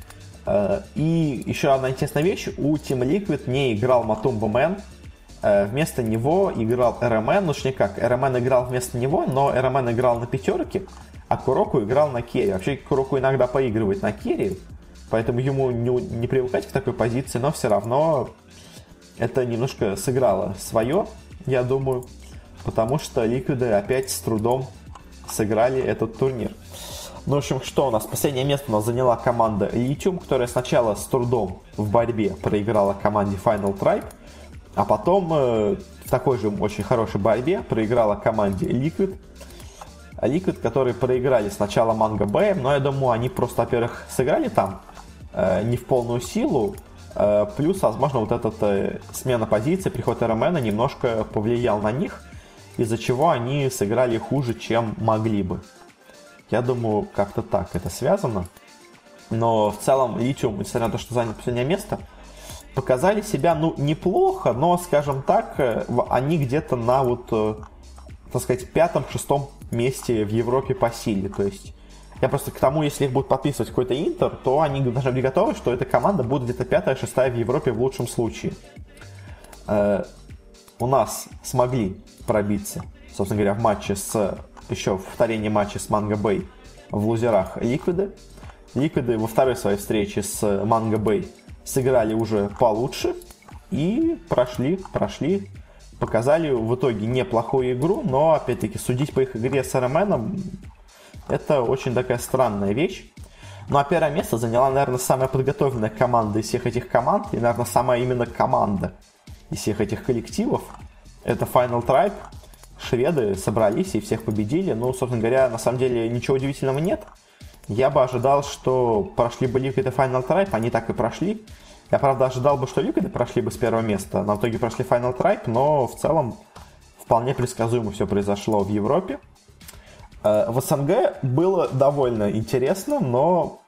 И еще одна интересная вещь. У Team Liquid не играл Matumba Man. Вместо него играл RMN. Ну, точнее как, RMN играл вместо него, но RMN играл на пятерке, а Куроку играл на керри. Вообще, Куроку иногда поигрывает на керри, поэтому ему не привыкать к такой позиции, но все равно это немножко сыграло свое, я думаю, потому что Ликвиды опять с трудом сыграли этот турнир. Ну, в общем, что у нас? Последнее место у нас заняла команда Lithium, которая сначала с трудом в борьбе проиграла команде Final Tribe, а потом в такой же очень хорошей борьбе проиграла команде Liquid. Liquid, которые проиграли сначала Manga Bay, но я думаю, они просто, во-первых, сыграли там не в полную силу, плюс, возможно, вот эта смена позиции, приход RMN немножко повлиял на них, из-за чего они сыграли хуже, чем могли бы. Я думаю, как-то так это связано. Но в целом Lithium, несмотря на то, что занял последнее место, показали себя, ну, неплохо, но, скажем так, они где-то на так сказать, пятом-шестом месте в Европе по силе. То есть я просто к тому, если их будут подписывать какой-то Интер, то они должны быть готовы, что эта команда будет где-то пятая-шестая в Европе в лучшем случае. У нас смогли пробиться, собственно говоря, в матче еще в повторении матча с Манго Бэй в лузерах Ликвиды. Ликвиды во второй своей встрече с Манго Бэй сыграли уже получше и прошли, показали в итоге неплохую игру, но, опять-таки, судить по их игре с РМНом это очень такая странная вещь. Ну а первое место заняла, наверное, самая подготовленная команда из всех этих команд, и, наверное, самая именно команда из всех этих коллективов. Это Final Tribe. Шведы собрались и всех победили. Ну, собственно говоря, на самом деле ничего удивительного нет. Я бы ожидал, что прошли бы Liquid и Final Tribe, они так и прошли. Я, правда, ожидал бы, что Liquid прошли бы с первого места, но в итоге прошли Final Tribe, но в целом вполне предсказуемо все произошло в Европе. В СНГ было довольно интересно, но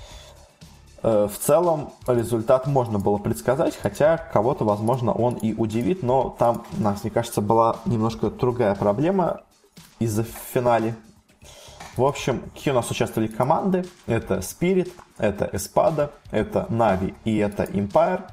в целом результат можно было предсказать, хотя кого-то, возможно, он и удивит, но там, мне кажется, была немножко другая проблема из-за финале. В общем, какие у нас участвовали команды? Это Spirit, это Espada, это Na'Vi и это Empire.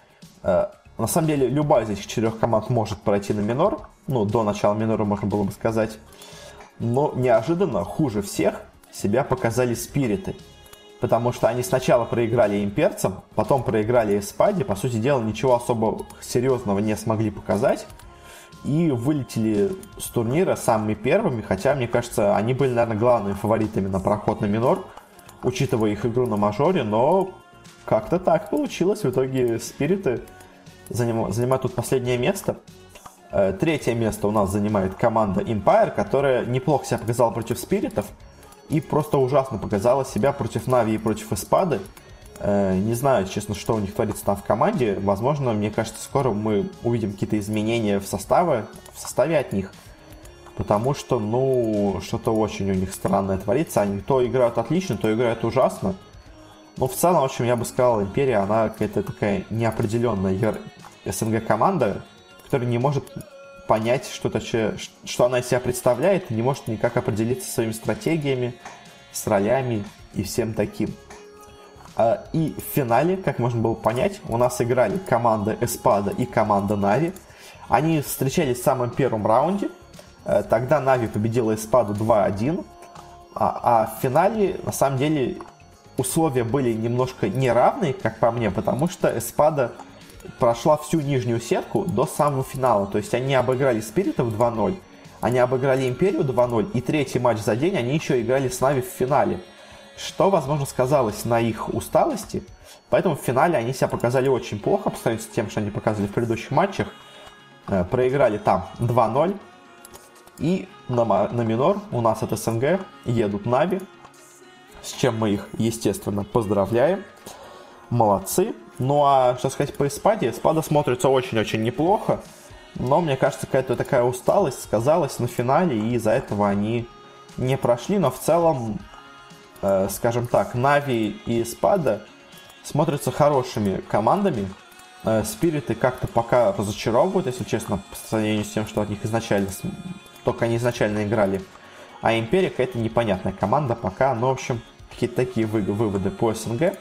На самом деле, любая из этих 4 команд может пройти на минор. Ну, до начала минора можно было бы сказать. Но неожиданно хуже всех себя показали Спириты. Потому что они сначала проиграли имперцам, потом проиграли Эспаде. По сути дела, ничего особо серьезного не смогли показать. И вылетели с турнира самыми первыми. Хотя, мне кажется, они были, наверное, главными фаворитами на проход на минор, учитывая их игру на мажоре. Но как-то так получилось. В итоге Спириты занимают тут последнее место. Третье место у нас занимает команда Empire, которая неплохо себя показала против Спиритов. И просто ужасно показала себя против Na'Vi и против Эспады. Не знаю, честно, что у них творится там в команде. Возможно, мне кажется, скоро мы увидим какие-то изменения в составе от них. Потому что, что-то очень у них странное творится. Они то играют отлично, то играют ужасно. Но в целом, в общем, я бы сказал, Империя, она какая-то такая неопределенная СНГ-команда, которая не может понять, что она из себя представляет, и не может никак определиться со своими стратегиями, с ролями и всем таким. И в финале, как можно было понять, у нас играли команда Espada и команда Na'Vi. Они встречались в самом первом раунде. Тогда Na'Vi победила Espada 2-1. А в финале, на самом деле, условия были немножко неравные, как по мне, потому что Espada прошла всю нижнюю сетку до самого финала. То есть они обыграли Спиритов 2-0, они обыграли Империю 2-0, и третий матч за день они еще играли с Na'Vi в финале. Что, возможно, сказалось на их усталости. Поэтому в финале они себя показали очень плохо по сравнению с тем, что они показывали в предыдущих матчах. Проиграли там 2-0. И на минор у нас от СНГ едут Na'Vi, с чем мы их, естественно, поздравляем. Молодцы. Ну а что сказать по Эспаде? Эспада смотрится очень-очень неплохо. Но мне кажется, какая-то такая усталость сказалась на финале, и из-за этого они не прошли. Но в целом, скажем так, Na'Vi и Эспада смотрятся хорошими командами. Спириты как-то пока разочаровывают, если честно, по сравнению с тем, что от них только они изначально играли. А Империя какая-то непонятная команда пока. Ну, в общем, какие-то такие выводы по СНГ.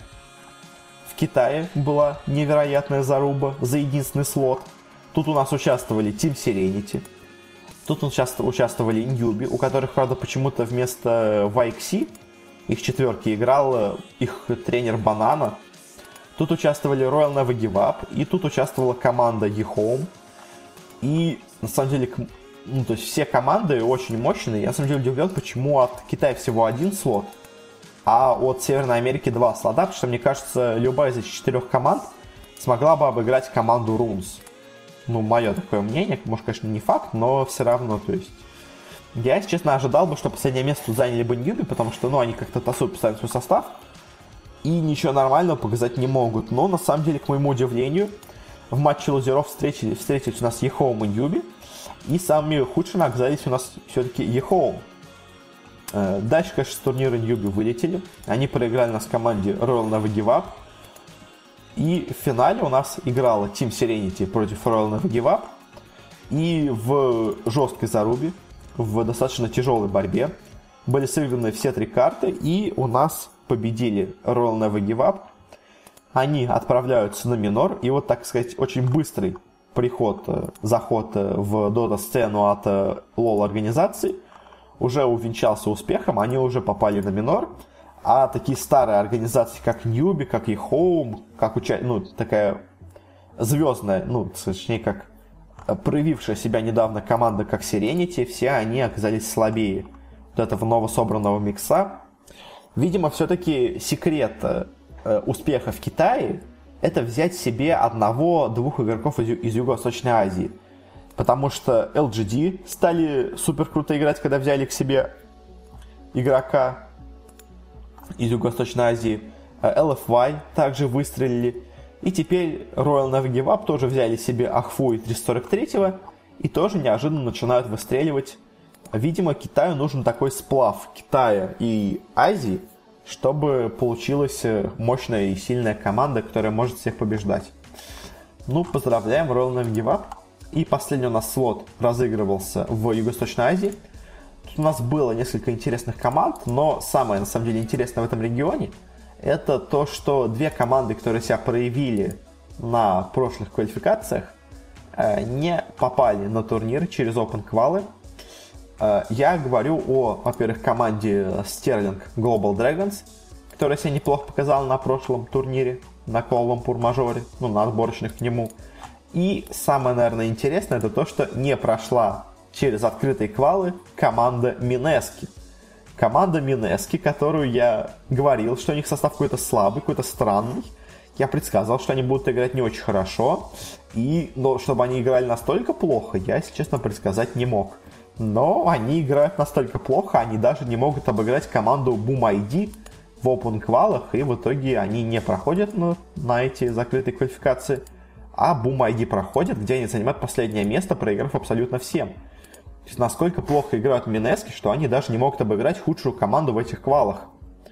В Китае была невероятная заруба за единственный слот. Тут у нас участвовали Team Serenity. Тут участвовали Newbie, у которых, правда, почему-то вместо YXC их четверки играл их тренер Банана. Тут участвовали Royal Never Give Up. И тут участвовала команда eHome. И, на самом деле, то есть все команды очень мощные. Я, на самом деле, удивлен, почему от Китая всего один слот, а от Северной Америки 2 слота, потому что, мне кажется, любая из этих 4 команд смогла бы обыграть команду Runes. Ну, мое такое мнение, может, конечно, не факт, но все равно, то есть... Я, если честно, ожидал бы, что последнее место тут заняли бы Newbie, потому что, они как-то тасуют постоянно свой состав и ничего нормального показать не могут. Но, на самом деле, к моему удивлению, в матче лузеров встретились у нас eHome и Newbie, и самыми худшими оказались у нас все-таки eHome. Дальше, конечно, с турнира Newbie вылетели. Они проиграли нас команде Royal Never Give Up. И в финале у нас играла Team Serenity против Royal Never Give Up. И в жесткой зарубе, в достаточно тяжелой борьбе были сыграны все 3 карты, и у нас победили Royal Never Give Up. Они отправляются на минор, и вот, так сказать, очень быстрый заход в Dota-сцену от LoL организации уже увенчался успехом, они уже попали на минор, а такие старые организации, как Newbie, как eHome, как такая звездная, точнее, как проявившая себя недавно команда, как Serenity, все они оказались слабее вот этого новособранного микса. Видимо, все-таки секрет успеха в Китае — это взять себе 1-2 игроков из Юго-Восточной Азии. Потому что LGD стали супер круто играть, когда взяли к себе игрока из Юго-Восточной Азии. LFY также выстрелили. И теперь Royal Never Give Up тоже взяли себе Ахфу и 343-го и тоже неожиданно начинают выстреливать. Видимо, Китаю нужен такой сплав Китая и Азии, чтобы получилась мощная и сильная команда, которая может всех побеждать. Поздравляем Royal Never Give Up. И последний у нас слот разыгрывался в Юго-Восточной Азии. Тут у нас было несколько интересных команд, но самое, на самом деле, интересное в этом регионе — это то, что 2 команды, которые себя проявили на прошлых квалификациях, не попали на турнир через Open Quali. Я говорю о, во-первых, команде Sterling Global Dragons, которая себя неплохо показала на прошлом турнире, на Куала-Лумпур-мажоре, на отборочных к нему. И самое, наверное, интересное, это то, что не прошла через открытые квалы команда Минески. Команда Минески, которую я говорил, что у них состав какой-то слабый, какой-то странный. Я предсказал, что они будут играть не очень хорошо. Но чтобы они играли настолько плохо, я, если честно, предсказать не мог. Но они играют настолько плохо, они даже не могут обыграть команду Boom ID в Open Qual'ах, и в итоге они не проходят на эти закрытые квалификации, а Boom ID проходят, где они занимают последнее место, проиграв абсолютно всем. То есть насколько плохо играют Минески, что они даже не могут обыграть худшую команду в этих квалах.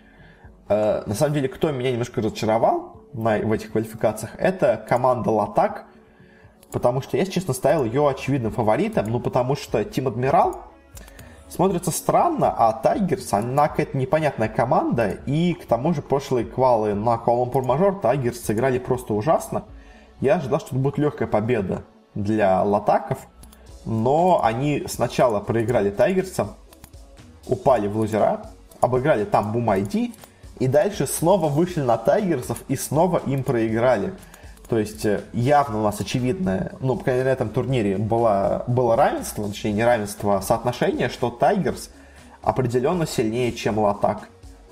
На самом деле, кто меня немножко разочаровал в этих квалификациях, это команда Латак, потому что я, если честно, ставил ее очевидным фаворитом, потому что Team Admiral смотрится странно, а Tigers, она какая-то непонятная команда, и к тому же прошлые квалы на Куала-Лумпур-мажор Tigers сыграли просто ужасно. Я ожидал, что это будет легкая победа для Латаков, но они сначала проиграли Тайгерсам, упали в лузера, обыграли там Boom ID, и дальше снова вышли на Тайгерсов и снова им проиграли. То есть явно у нас очевидное, на этом турнире было равенство, точнее не равенство, а соотношение, что Тайгерс определенно сильнее, чем Латак.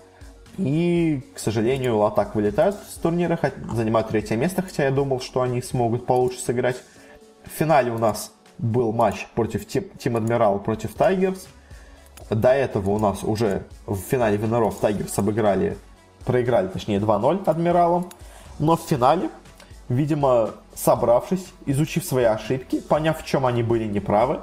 И, к сожалению, Латак вылетают с турнира, занимают 3-е место, хотя я думал, что они смогут получше сыграть. В финале у нас был матч против Team Admiral против Tigers. До этого у нас уже в финале Виноров Tigers проиграли 2-0 Адмиралом. Но в финале, видимо, собравшись, изучив свои ошибки, поняв, в чем они были неправы,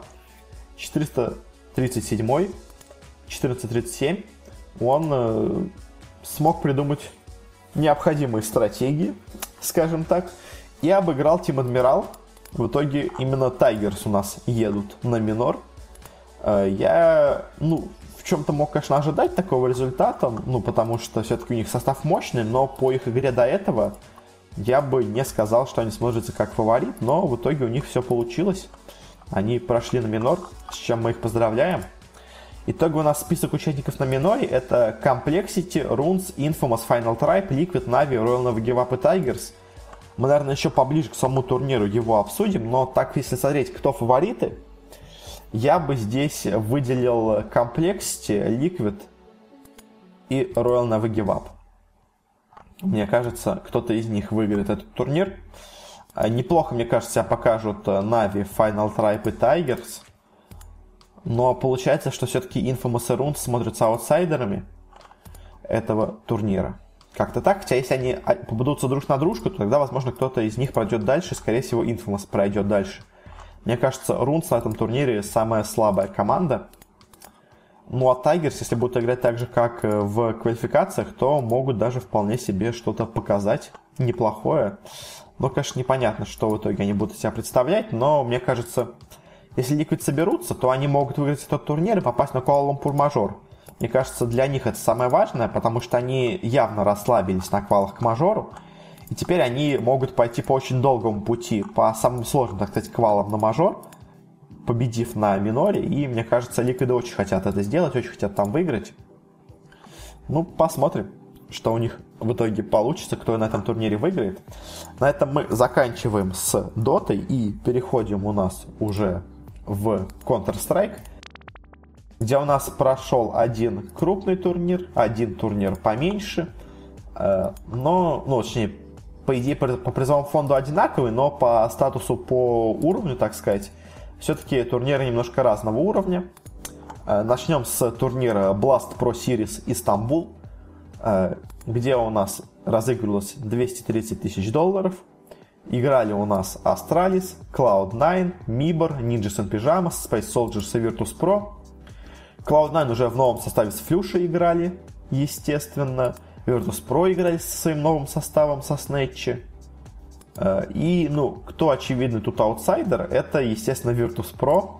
437-й, 1437, он смог придумать необходимые стратегии, скажем так, и обыграл Team Admiral. В итоге именно Tigers у нас едут на минор. Я, в чем-то мог, конечно, ожидать такого результата, потому что все-таки у них состав мощный, но по их игре до этого я бы не сказал, что они смотрятся как фаворит, но в итоге у них все получилось. Они прошли на минор, с чем мы их поздравляем. Итоговый у нас список участников на миноре — это Complexity, Runes, Infamous, Final Tribe, Liquid, Na'Vi, Royal Never Give Up и Tigers. Мы, наверное, еще поближе к самому турниру его обсудим, но так, если смотреть, кто фавориты, я бы здесь выделил Complexity, Liquid и Royal Never Give Up. Мне кажется, кто-то из них выиграет этот турнир. Неплохо, мне кажется, себя покажут Na'Vi, Final Tribe и Tigers. Но получается, что все-таки Infamous и Runes смотрятся аутсайдерами этого турнира. Как-то так, хотя если они попадутся друг на дружку, то тогда, возможно, кто-то из них пройдет дальше, скорее всего, Infamous пройдет дальше. Мне кажется, Runes на этом турнире самая слабая команда. Ну а Tigers, если будут играть так же, как в квалификациях, то могут даже вполне себе что-то показать неплохое. Но, конечно, непонятно, что в итоге они будут из себя представлять, но мне кажется, если Liquid соберутся, то они могут выиграть этот турнир и попасть на Куала-Лумпур-мажор. Мне кажется, для них это самое важное, потому что они явно расслабились на квалах к мажору, и теперь они могут пойти по очень долгому пути, по самым сложным, так сказать, квалам на мажор, победив на миноре, и мне кажется, Liquid очень хотят это сделать, очень хотят там выиграть. Ну, посмотрим, что у них в итоге получится, кто на этом турнире выиграет. На этом мы заканчиваем с Дотой и переходим у нас уже в Counter-Strike, где у нас прошел один крупный турнир, один турнир поменьше, но, точнее, по идее, по призовому фонду одинаковый, но по статусу, по уровню, так сказать, все-таки турниры немножко разного уровня. Начнем с турнира Blast Pro Series Istanbul, где у нас разыгрывалось $230 тысяч. Играли у нас Astralis, Cloud9, Mibor, Ninjas in Pyjamas, Space Soldiers и Virtus.pro. Cloud9 уже в новом составе с Флюшей играли, естественно. Virtus.pro играли со своим новым составом, со Snatch. И, кто очевидный тут аутсайдер, это, естественно, Virtus.pro.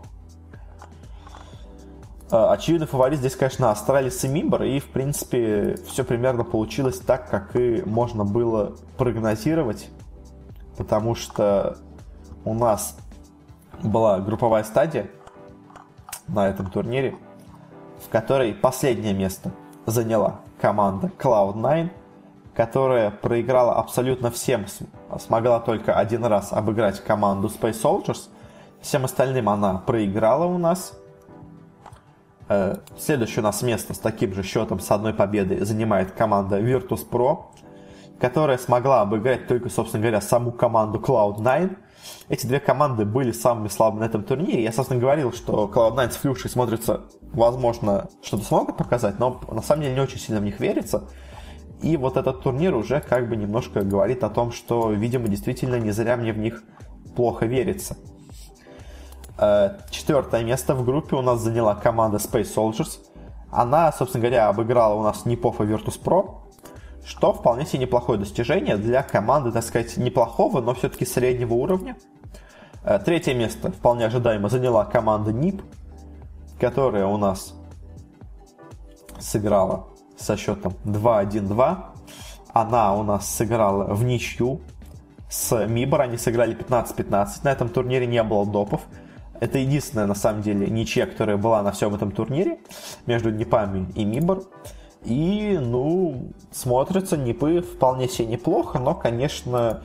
Очевидный фаворит здесь, конечно, Astralis и Mibor, и, в принципе, все примерно получилось так, как и можно было прогнозировать, потому что у нас была групповая стадия на этом турнире, в которой последнее место заняла команда Cloud9, которая проиграла абсолютно всем, смогла только один раз обыграть команду Space Soldiers, всем остальным она проиграла у нас. Следующее у нас место с таким же счетом, с одной победой, занимает команда Virtus.pro, которая смогла обыграть только, собственно говоря, саму команду Cloud9. Эти две команды были самыми слабыми на этом турнире. Я, собственно, говорил, что Cloud9 с Флюшей смотрится, возможно, что-то смогут показать, но на самом деле не очень сильно в них верится. И вот этот турнир уже как бы немножко говорит о том, что, видимо, действительно не зря мне в них плохо верится. Четвертое место в группе у нас заняла команда Space Soldiers. Она, собственно говоря, обыграла у нас Непов и Virtus.pro, что вполне себе неплохое достижение для команды, так сказать, неплохого, но все-таки среднего уровня. Третье место, вполне ожидаемо, заняла команда NiP, которая у нас сыграла со счетом 2-1-2. Она у нас сыграла в ничью с Mibor, они сыграли 15-15. На этом турнире не было допов. Это единственная, на самом деле, ничья, которая была на всем этом турнире между Нипами и Mibor. И, смотрятся Нипы вполне себе неплохо, но, конечно,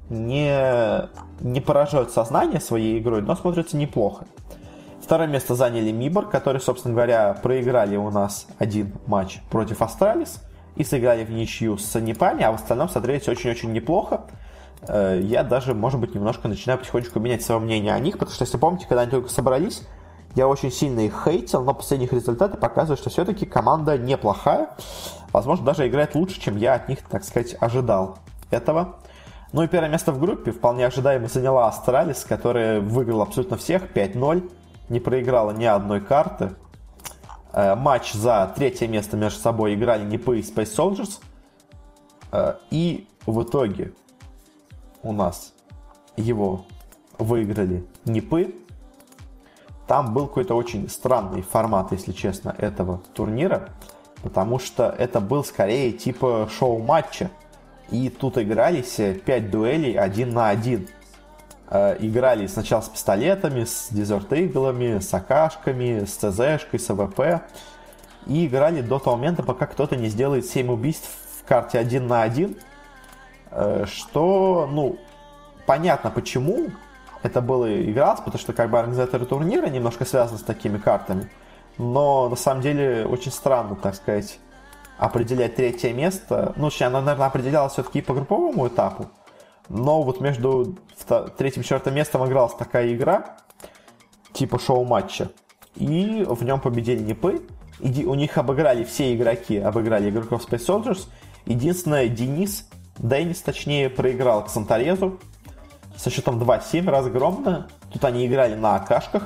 не поражают сознание своей игрой, но смотрятся неплохо. Второе место заняли Mibor, которые, собственно говоря, проиграли у нас один матч против Astralis и сыграли в ничью с Нипами, а в остальном смотрелись очень-очень неплохо. Я даже, может быть, немножко начинаю потихонечку менять свое мнение о них, потому что, если помните, когда они только собрались, я очень сильно их хейтил, но последние результаты показывают, что все-таки команда неплохая. Возможно, даже играет лучше, чем я от них, так сказать, ожидал этого. Ну и первое место в группе вполне ожидаемо заняла Astralis, которая выиграла абсолютно всех 5-0, не проиграла ни одной карты. Матч за третье место между собой играли Нипы и Space Soldiers. И в итоге у нас его выиграли Нипы. Там был какой-то очень странный формат, если честно, этого турнира, потому что это был скорее типа шоу-матча. И тут игрались 5 дуэлей 1 на 1. Играли сначала с пистолетами, с дезерт-иглами, с АКшками, с ЦЗшкой, с АВП. И играли до того момента, пока кто-то не сделает 7 убийств в карте 1 на 1. Что, понятно почему это было играться, потому что как бы организаторы турнира немножко связаны с такими картами. Но на самом деле очень странно, так сказать, определять третье место. Она, наверное, определялась все-таки по групповому этапу. Но вот между третьим и четвертым местом игралась такая игра, типа шоу-матча. И в нем победили Нипы. И у них обыграли все игроки, обыграли игроков Space Soldiers. Единственное, Денис, проиграл к Санторезу со счетом 2-7 разгромно. Тут они играли на АКшках.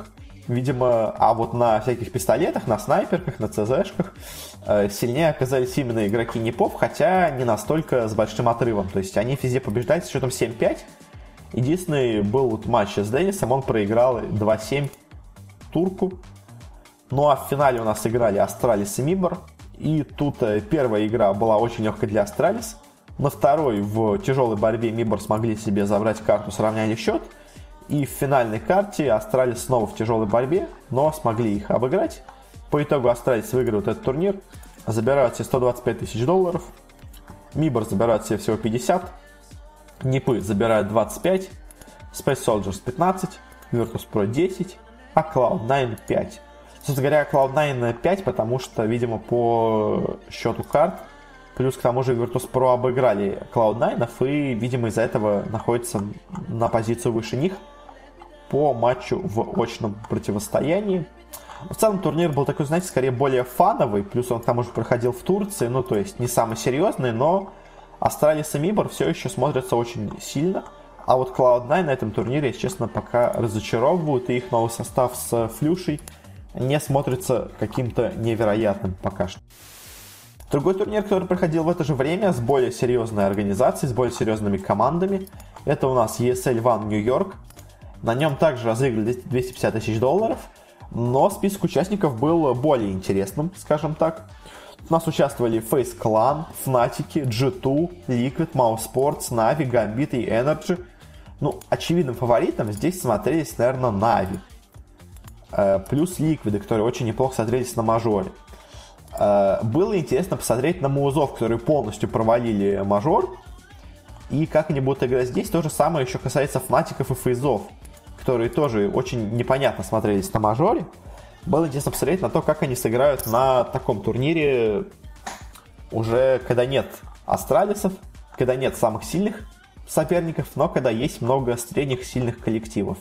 видимо, а вот на всяких пистолетах, на снайперках, на ЦЗшках сильнее оказались именно игроки НИПов, хотя не настолько с большим отрывом. То есть они везде побеждали с счетом 7-5. Единственный был вот матч с Денисом, он проиграл 2-7 турку. Ну а в финале у нас играли Астралис и Мибор. И тут первая игра была очень легкой для Астралис. На второй в тяжелой борьбе Мибор смогли себе забрать карту, сравняли счет. И в финальной карте Астралис снова в тяжелой борьбе, но смогли их обыграть. По итогу Астралис выигрывает этот турнир, забирают себе $125 тысяч. Мибор забирает себе всего 50. НИПы забирают 25. Space Soldiers 15. Virtus.pro 10. А Cloud9 5. Собственно говоря, Cloud9 5, потому что, видимо, по счету карт, плюс к тому же Virtus.pro обыграли Cloud9 и, видимо, из-за этого находится на позицию выше них по матчу в очном противостоянии. В целом турнир был такой, знаете, скорее более фановый, плюс он к тому же проходил в Турции, ну то есть не самый серьезный, но Астралис и Мибор все еще смотрятся очень сильно. А вот Cloud9 на этом турнире, если честно, пока разочаровывают, и их новый состав с Флюшей не смотрится каким-то невероятным пока что. Другой турнир, который проходил в это же время с более серьезной организацией, с более серьезными командами, это у нас ESL One New York. На нем также разыграли $250 тысяч, но список участников был более интересным, скажем так. У нас участвовали FaZe Clan, Fnatic, G2, Liquid, Mousesports, Na'Vi, Gambit и Energy. Ну, очевидным фаворитом здесь смотрелись, наверное, Na'Vi. Плюс Liquid, которые очень неплохо смотрелись на мажоре. Было интересно посмотреть на музов, которые полностью провалили мажор. И как они будут играть здесь. То же самое еще касается Фнатиков и Фейзов, которые тоже очень непонятно смотрелись на мажоре. Было интересно посмотреть на то, как они сыграют на таком турнире, уже когда нет астралисов, когда нет самых сильных соперников, но когда есть много средних сильных коллективов.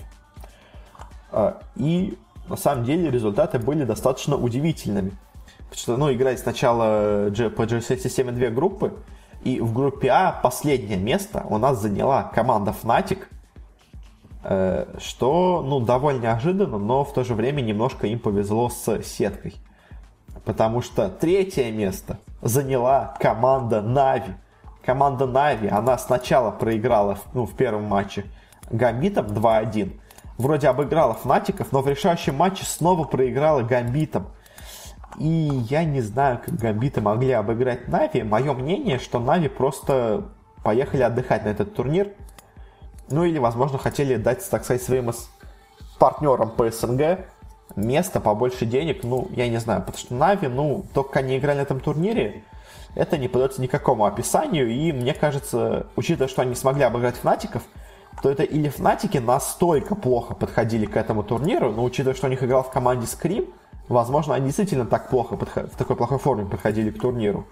И на самом деле результаты были достаточно удивительными. Потому что, играли сначала по GSL-системе две группы, и в группе А последнее место у нас заняла команда Fnatic, что, довольно неожиданно, но в то же время немножко им повезло с сеткой. Потому что третье место заняла команда Na'Vi. Команда Na'Vi, она сначала проиграла в первом матче Гамбитом 2-1. Вроде обыграла Фнатиков, но в решающем матче снова проиграла Гамбитом. И я не знаю, как Гамбиты могли обыграть Na'Vi. Мое мнение, что Na'Vi просто поехали отдыхать на этот турнир. Или, возможно, хотели дать, так сказать, своим партнерам по СНГ место, побольше денег. Я не знаю, потому что Na'Vi, только они играли на этом турнире, это не поддается никакому описанию. И мне кажется, учитывая, что они смогли обыграть Фнатиков, то это или Фнатики настолько плохо подходили к этому турниру, но учитывая, что у них играл в команде Scream, возможно, они действительно так плохо, в такой плохой форме подходили к турниру.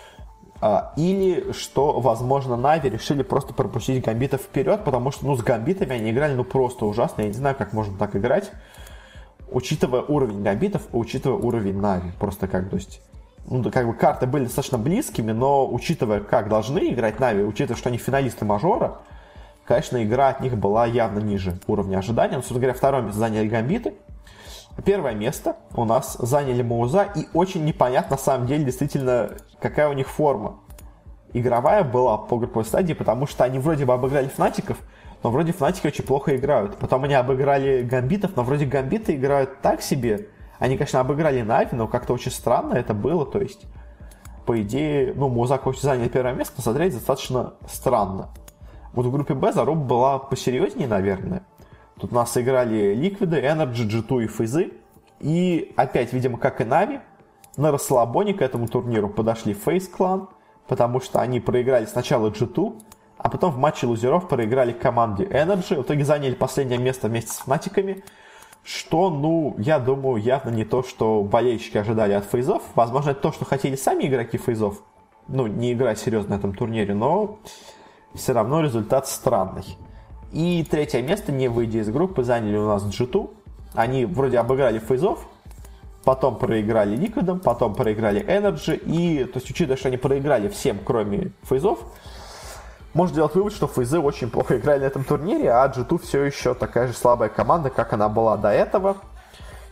Или что, возможно, Na'Vi решили просто пропустить Гамбитов вперед, потому что, с Гамбитами они играли, просто ужасно. Я не знаю, как можно так играть, учитывая уровень Гамбитов, учитывая уровень Na'Vi. Просто то есть, карты были достаточно близкими, но учитывая, как должны играть Na'Vi, учитывая, что они финалисты мажора, конечно, игра от них была явно ниже уровня ожидания. Но, собственно говоря, второе место заняли Гамбиты. Первое место у нас заняли Мауза, и очень непонятно, на самом деле, действительно, какая у них форма игровая была по групповой стадии, потому что они вроде бы обыграли Фнатиков, но вроде Фнатики очень плохо играют. Потом они обыграли Гамбитов, но вроде Гамбиты играют так себе. Они, конечно, обыграли Na'Vi, но как-то очень странно это было, то есть, по идее, Мауза, конечно, заняли первое место, но смотреть достаточно странно. Вот в группе Б заруба была посерьезнее, наверное. Тут у нас играли Liquid, Energy, G2 и FaZe. И опять, видимо, как и Na'Vi, на расслабоне к этому турниру подошли FaZe Clan, потому что они проиграли сначала G2, а потом в матче лузеров проиграли команде Energy. В итоге заняли последнее место вместе с Фнатиками, что, я думаю, явно не то, что болельщики ожидали от фейзов. Возможно, это то, что хотели сами игроки фейзов, не играть серьезно на этом турнире, но все равно результат странный. И третье место, не выйдя из группы, заняли у нас G2. Они вроде обыграли фейзов, потом проиграли Liquid, потом проиграли Energy. И, то есть, учитывая, что они проиграли всем, кроме фейзов, можно делать вывод, что фейзы очень плохо играли на этом турнире, а G2 все еще такая же слабая команда, как она была до этого.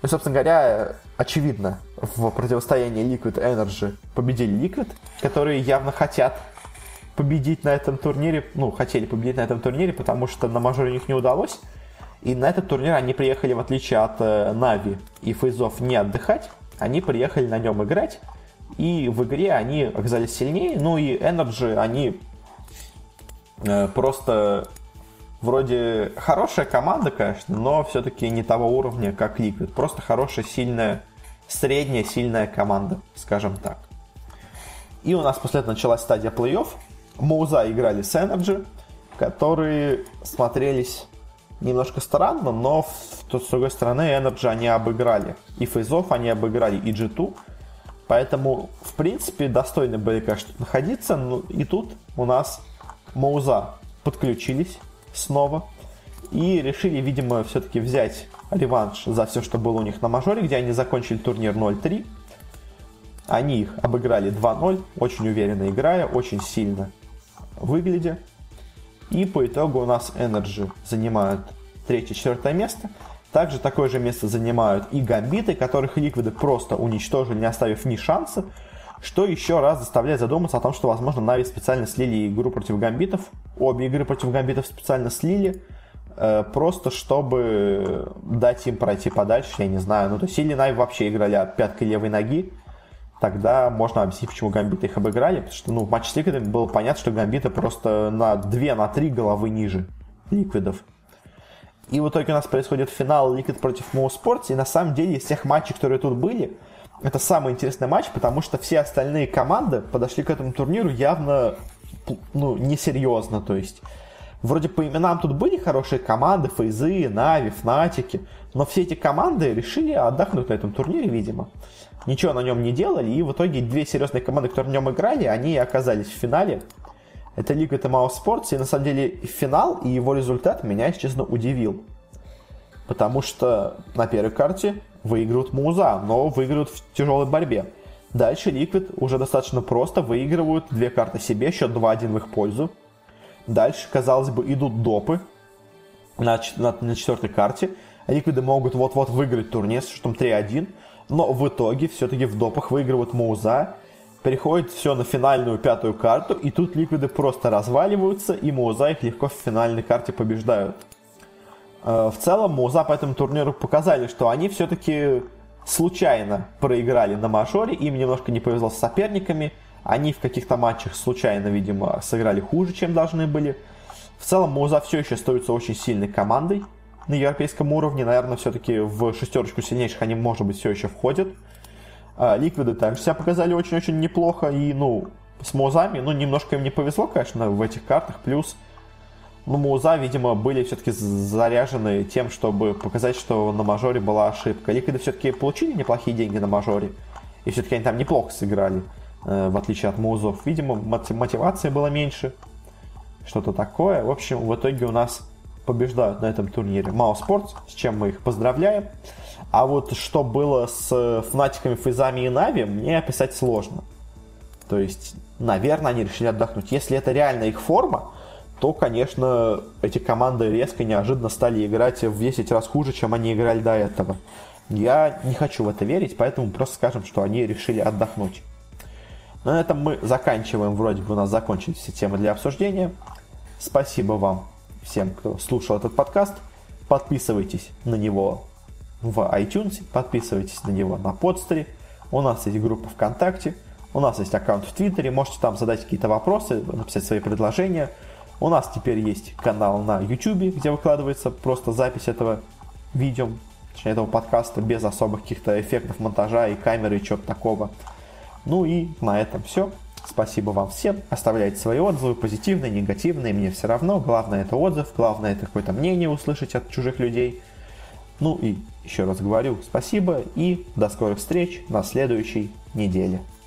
И, собственно говоря, очевидно, в противостоянии Liquid Energy победили Liquid, которые явно хотят победить на этом турнире, хотели победить на этом турнире, потому что на мажоре у них не удалось. И на этот турнир они приехали, в отличие от Na'Vi и FaZe, не отдыхать, они приехали на нем играть, и в игре они оказались сильнее, и Energy, они просто вроде хорошая команда, конечно, но все-таки не того уровня, как Liquid, просто хорошая, сильная, средняя, сильная команда, скажем так. И у нас после этого началась стадия плей-офф. Моуза играли с Energy, которые смотрелись немножко странно, но с другой стороны Energy они обыграли. И FaZe они обыграли, и G2. Поэтому, в принципе, достойны были, конечно, находиться. И тут у нас Моуза подключились снова и решили, видимо, все-таки взять реванш за все, что было у них на мажоре, где они закончили турнир 0-3. Они их обыграли 2-0, очень уверенно играя, очень сильно выглядя. И по итогу у нас Energy занимают 3-4 место. Также такое же место занимают и Гамбиты, которых Ликвиды просто уничтожили, не оставив ни шанса. Что еще раз заставляет задуматься о том, что, возможно, Na'Vi специально слили игру против Гамбитов. Обе игры против Гамбитов специально слили, просто чтобы дать им пройти подальше, я не знаю. То есть или Na'Vi вообще играли от пяткой левой ноги, тогда можно объяснить, почему Гамбиты их обыграли, потому что в матче с Ликвидами было понятно, что Гамбиты просто на 2-3 головы ниже Ликвидов. И в итоге у нас происходит финал Liquid против Mouse Sports, и на самом деле из всех матчей, которые тут были, это самый интересный матч, потому что все остальные команды подошли к этому турниру явно несерьезно. То есть, вроде по именам тут были хорошие команды, FaZe, Na'Vi, Fnatic, но все эти команды решили отдохнуть на этом турнире, видимо. Ничего на нем не делали, и в итоге две серьезные команды, которые на нем играли, они оказались в финале. Это Liquid и Mouse Sports, и на самом деле финал и его результат меня, если честно, удивил. Потому что на первой карте выигрывают Моуза, но выигрывают в тяжелой борьбе. Дальше Liquid уже достаточно просто выигрывают две карты себе, счет 2-1 в их пользу. Дальше, казалось бы, идут допы на четвертой карте. Liquid могут вот-вот выиграть турнир с счетом 3-1, но в итоге все-таки в допах выигрывают Моуза. Переходит все на финальную пятую карту, и тут Ликвиды просто разваливаются, и Моуза их легко в финальной карте побеждают. В целом, Моуза по этому турниру показали, что они все-таки случайно проиграли на мажоре, им немножко не повезло с соперниками, они в каких-то матчах случайно, видимо, сыграли хуже, чем должны были. В целом, Моуза все еще остается очень сильной командой на европейском уровне, наверное, все-таки в шестерочку сильнейших они, может быть, все еще входят. Ликвиды также себя показали очень-очень неплохо, и, с Моузами, немножко им не повезло, конечно, в этих картах, плюс, Моуза, видимо, были все-таки заряжены тем, чтобы показать, что на мажоре была ошибка. Ликвиды все-таки получили неплохие деньги на мажоре, и все-таки они там неплохо сыграли, в отличие от Моузов. Видимо, мотивации было меньше, что-то такое. В общем, в итоге у нас побеждают на этом турнире Mouse Sports, с чем мы их поздравляем. А вот что было с Фнатиками, Фейзами и Na'Vi, мне описать сложно. То есть, наверное, они решили отдохнуть. Если это реально их форма, то, конечно, эти команды резко, неожиданно стали играть в 10 раз хуже, чем они играли до этого. Я не хочу в это верить, поэтому просто скажем, что они решили отдохнуть. На этом мы заканчиваем. Вроде бы у нас закончились все темы для обсуждения. Спасибо вам всем, кто слушал этот подкаст. Подписывайтесь на него в iTunes, подписывайтесь на него на Подстере. У нас есть группа ВКонтакте, у нас есть аккаунт в Твиттере, можете там задать какие-то вопросы, написать свои предложения. У нас теперь есть канал на YouTube, где выкладывается просто запись этого видео, точнее этого подкаста, без особых каких-то эффектов монтажа и камеры и чего-то такого. И на этом все. Спасибо вам всем. Оставляйте свои отзывы, позитивные, негативные, мне все равно. Главное это отзыв, главное это какое-то мнение услышать от чужих людей. И еще раз говорю спасибо и до скорых встреч на следующей неделе.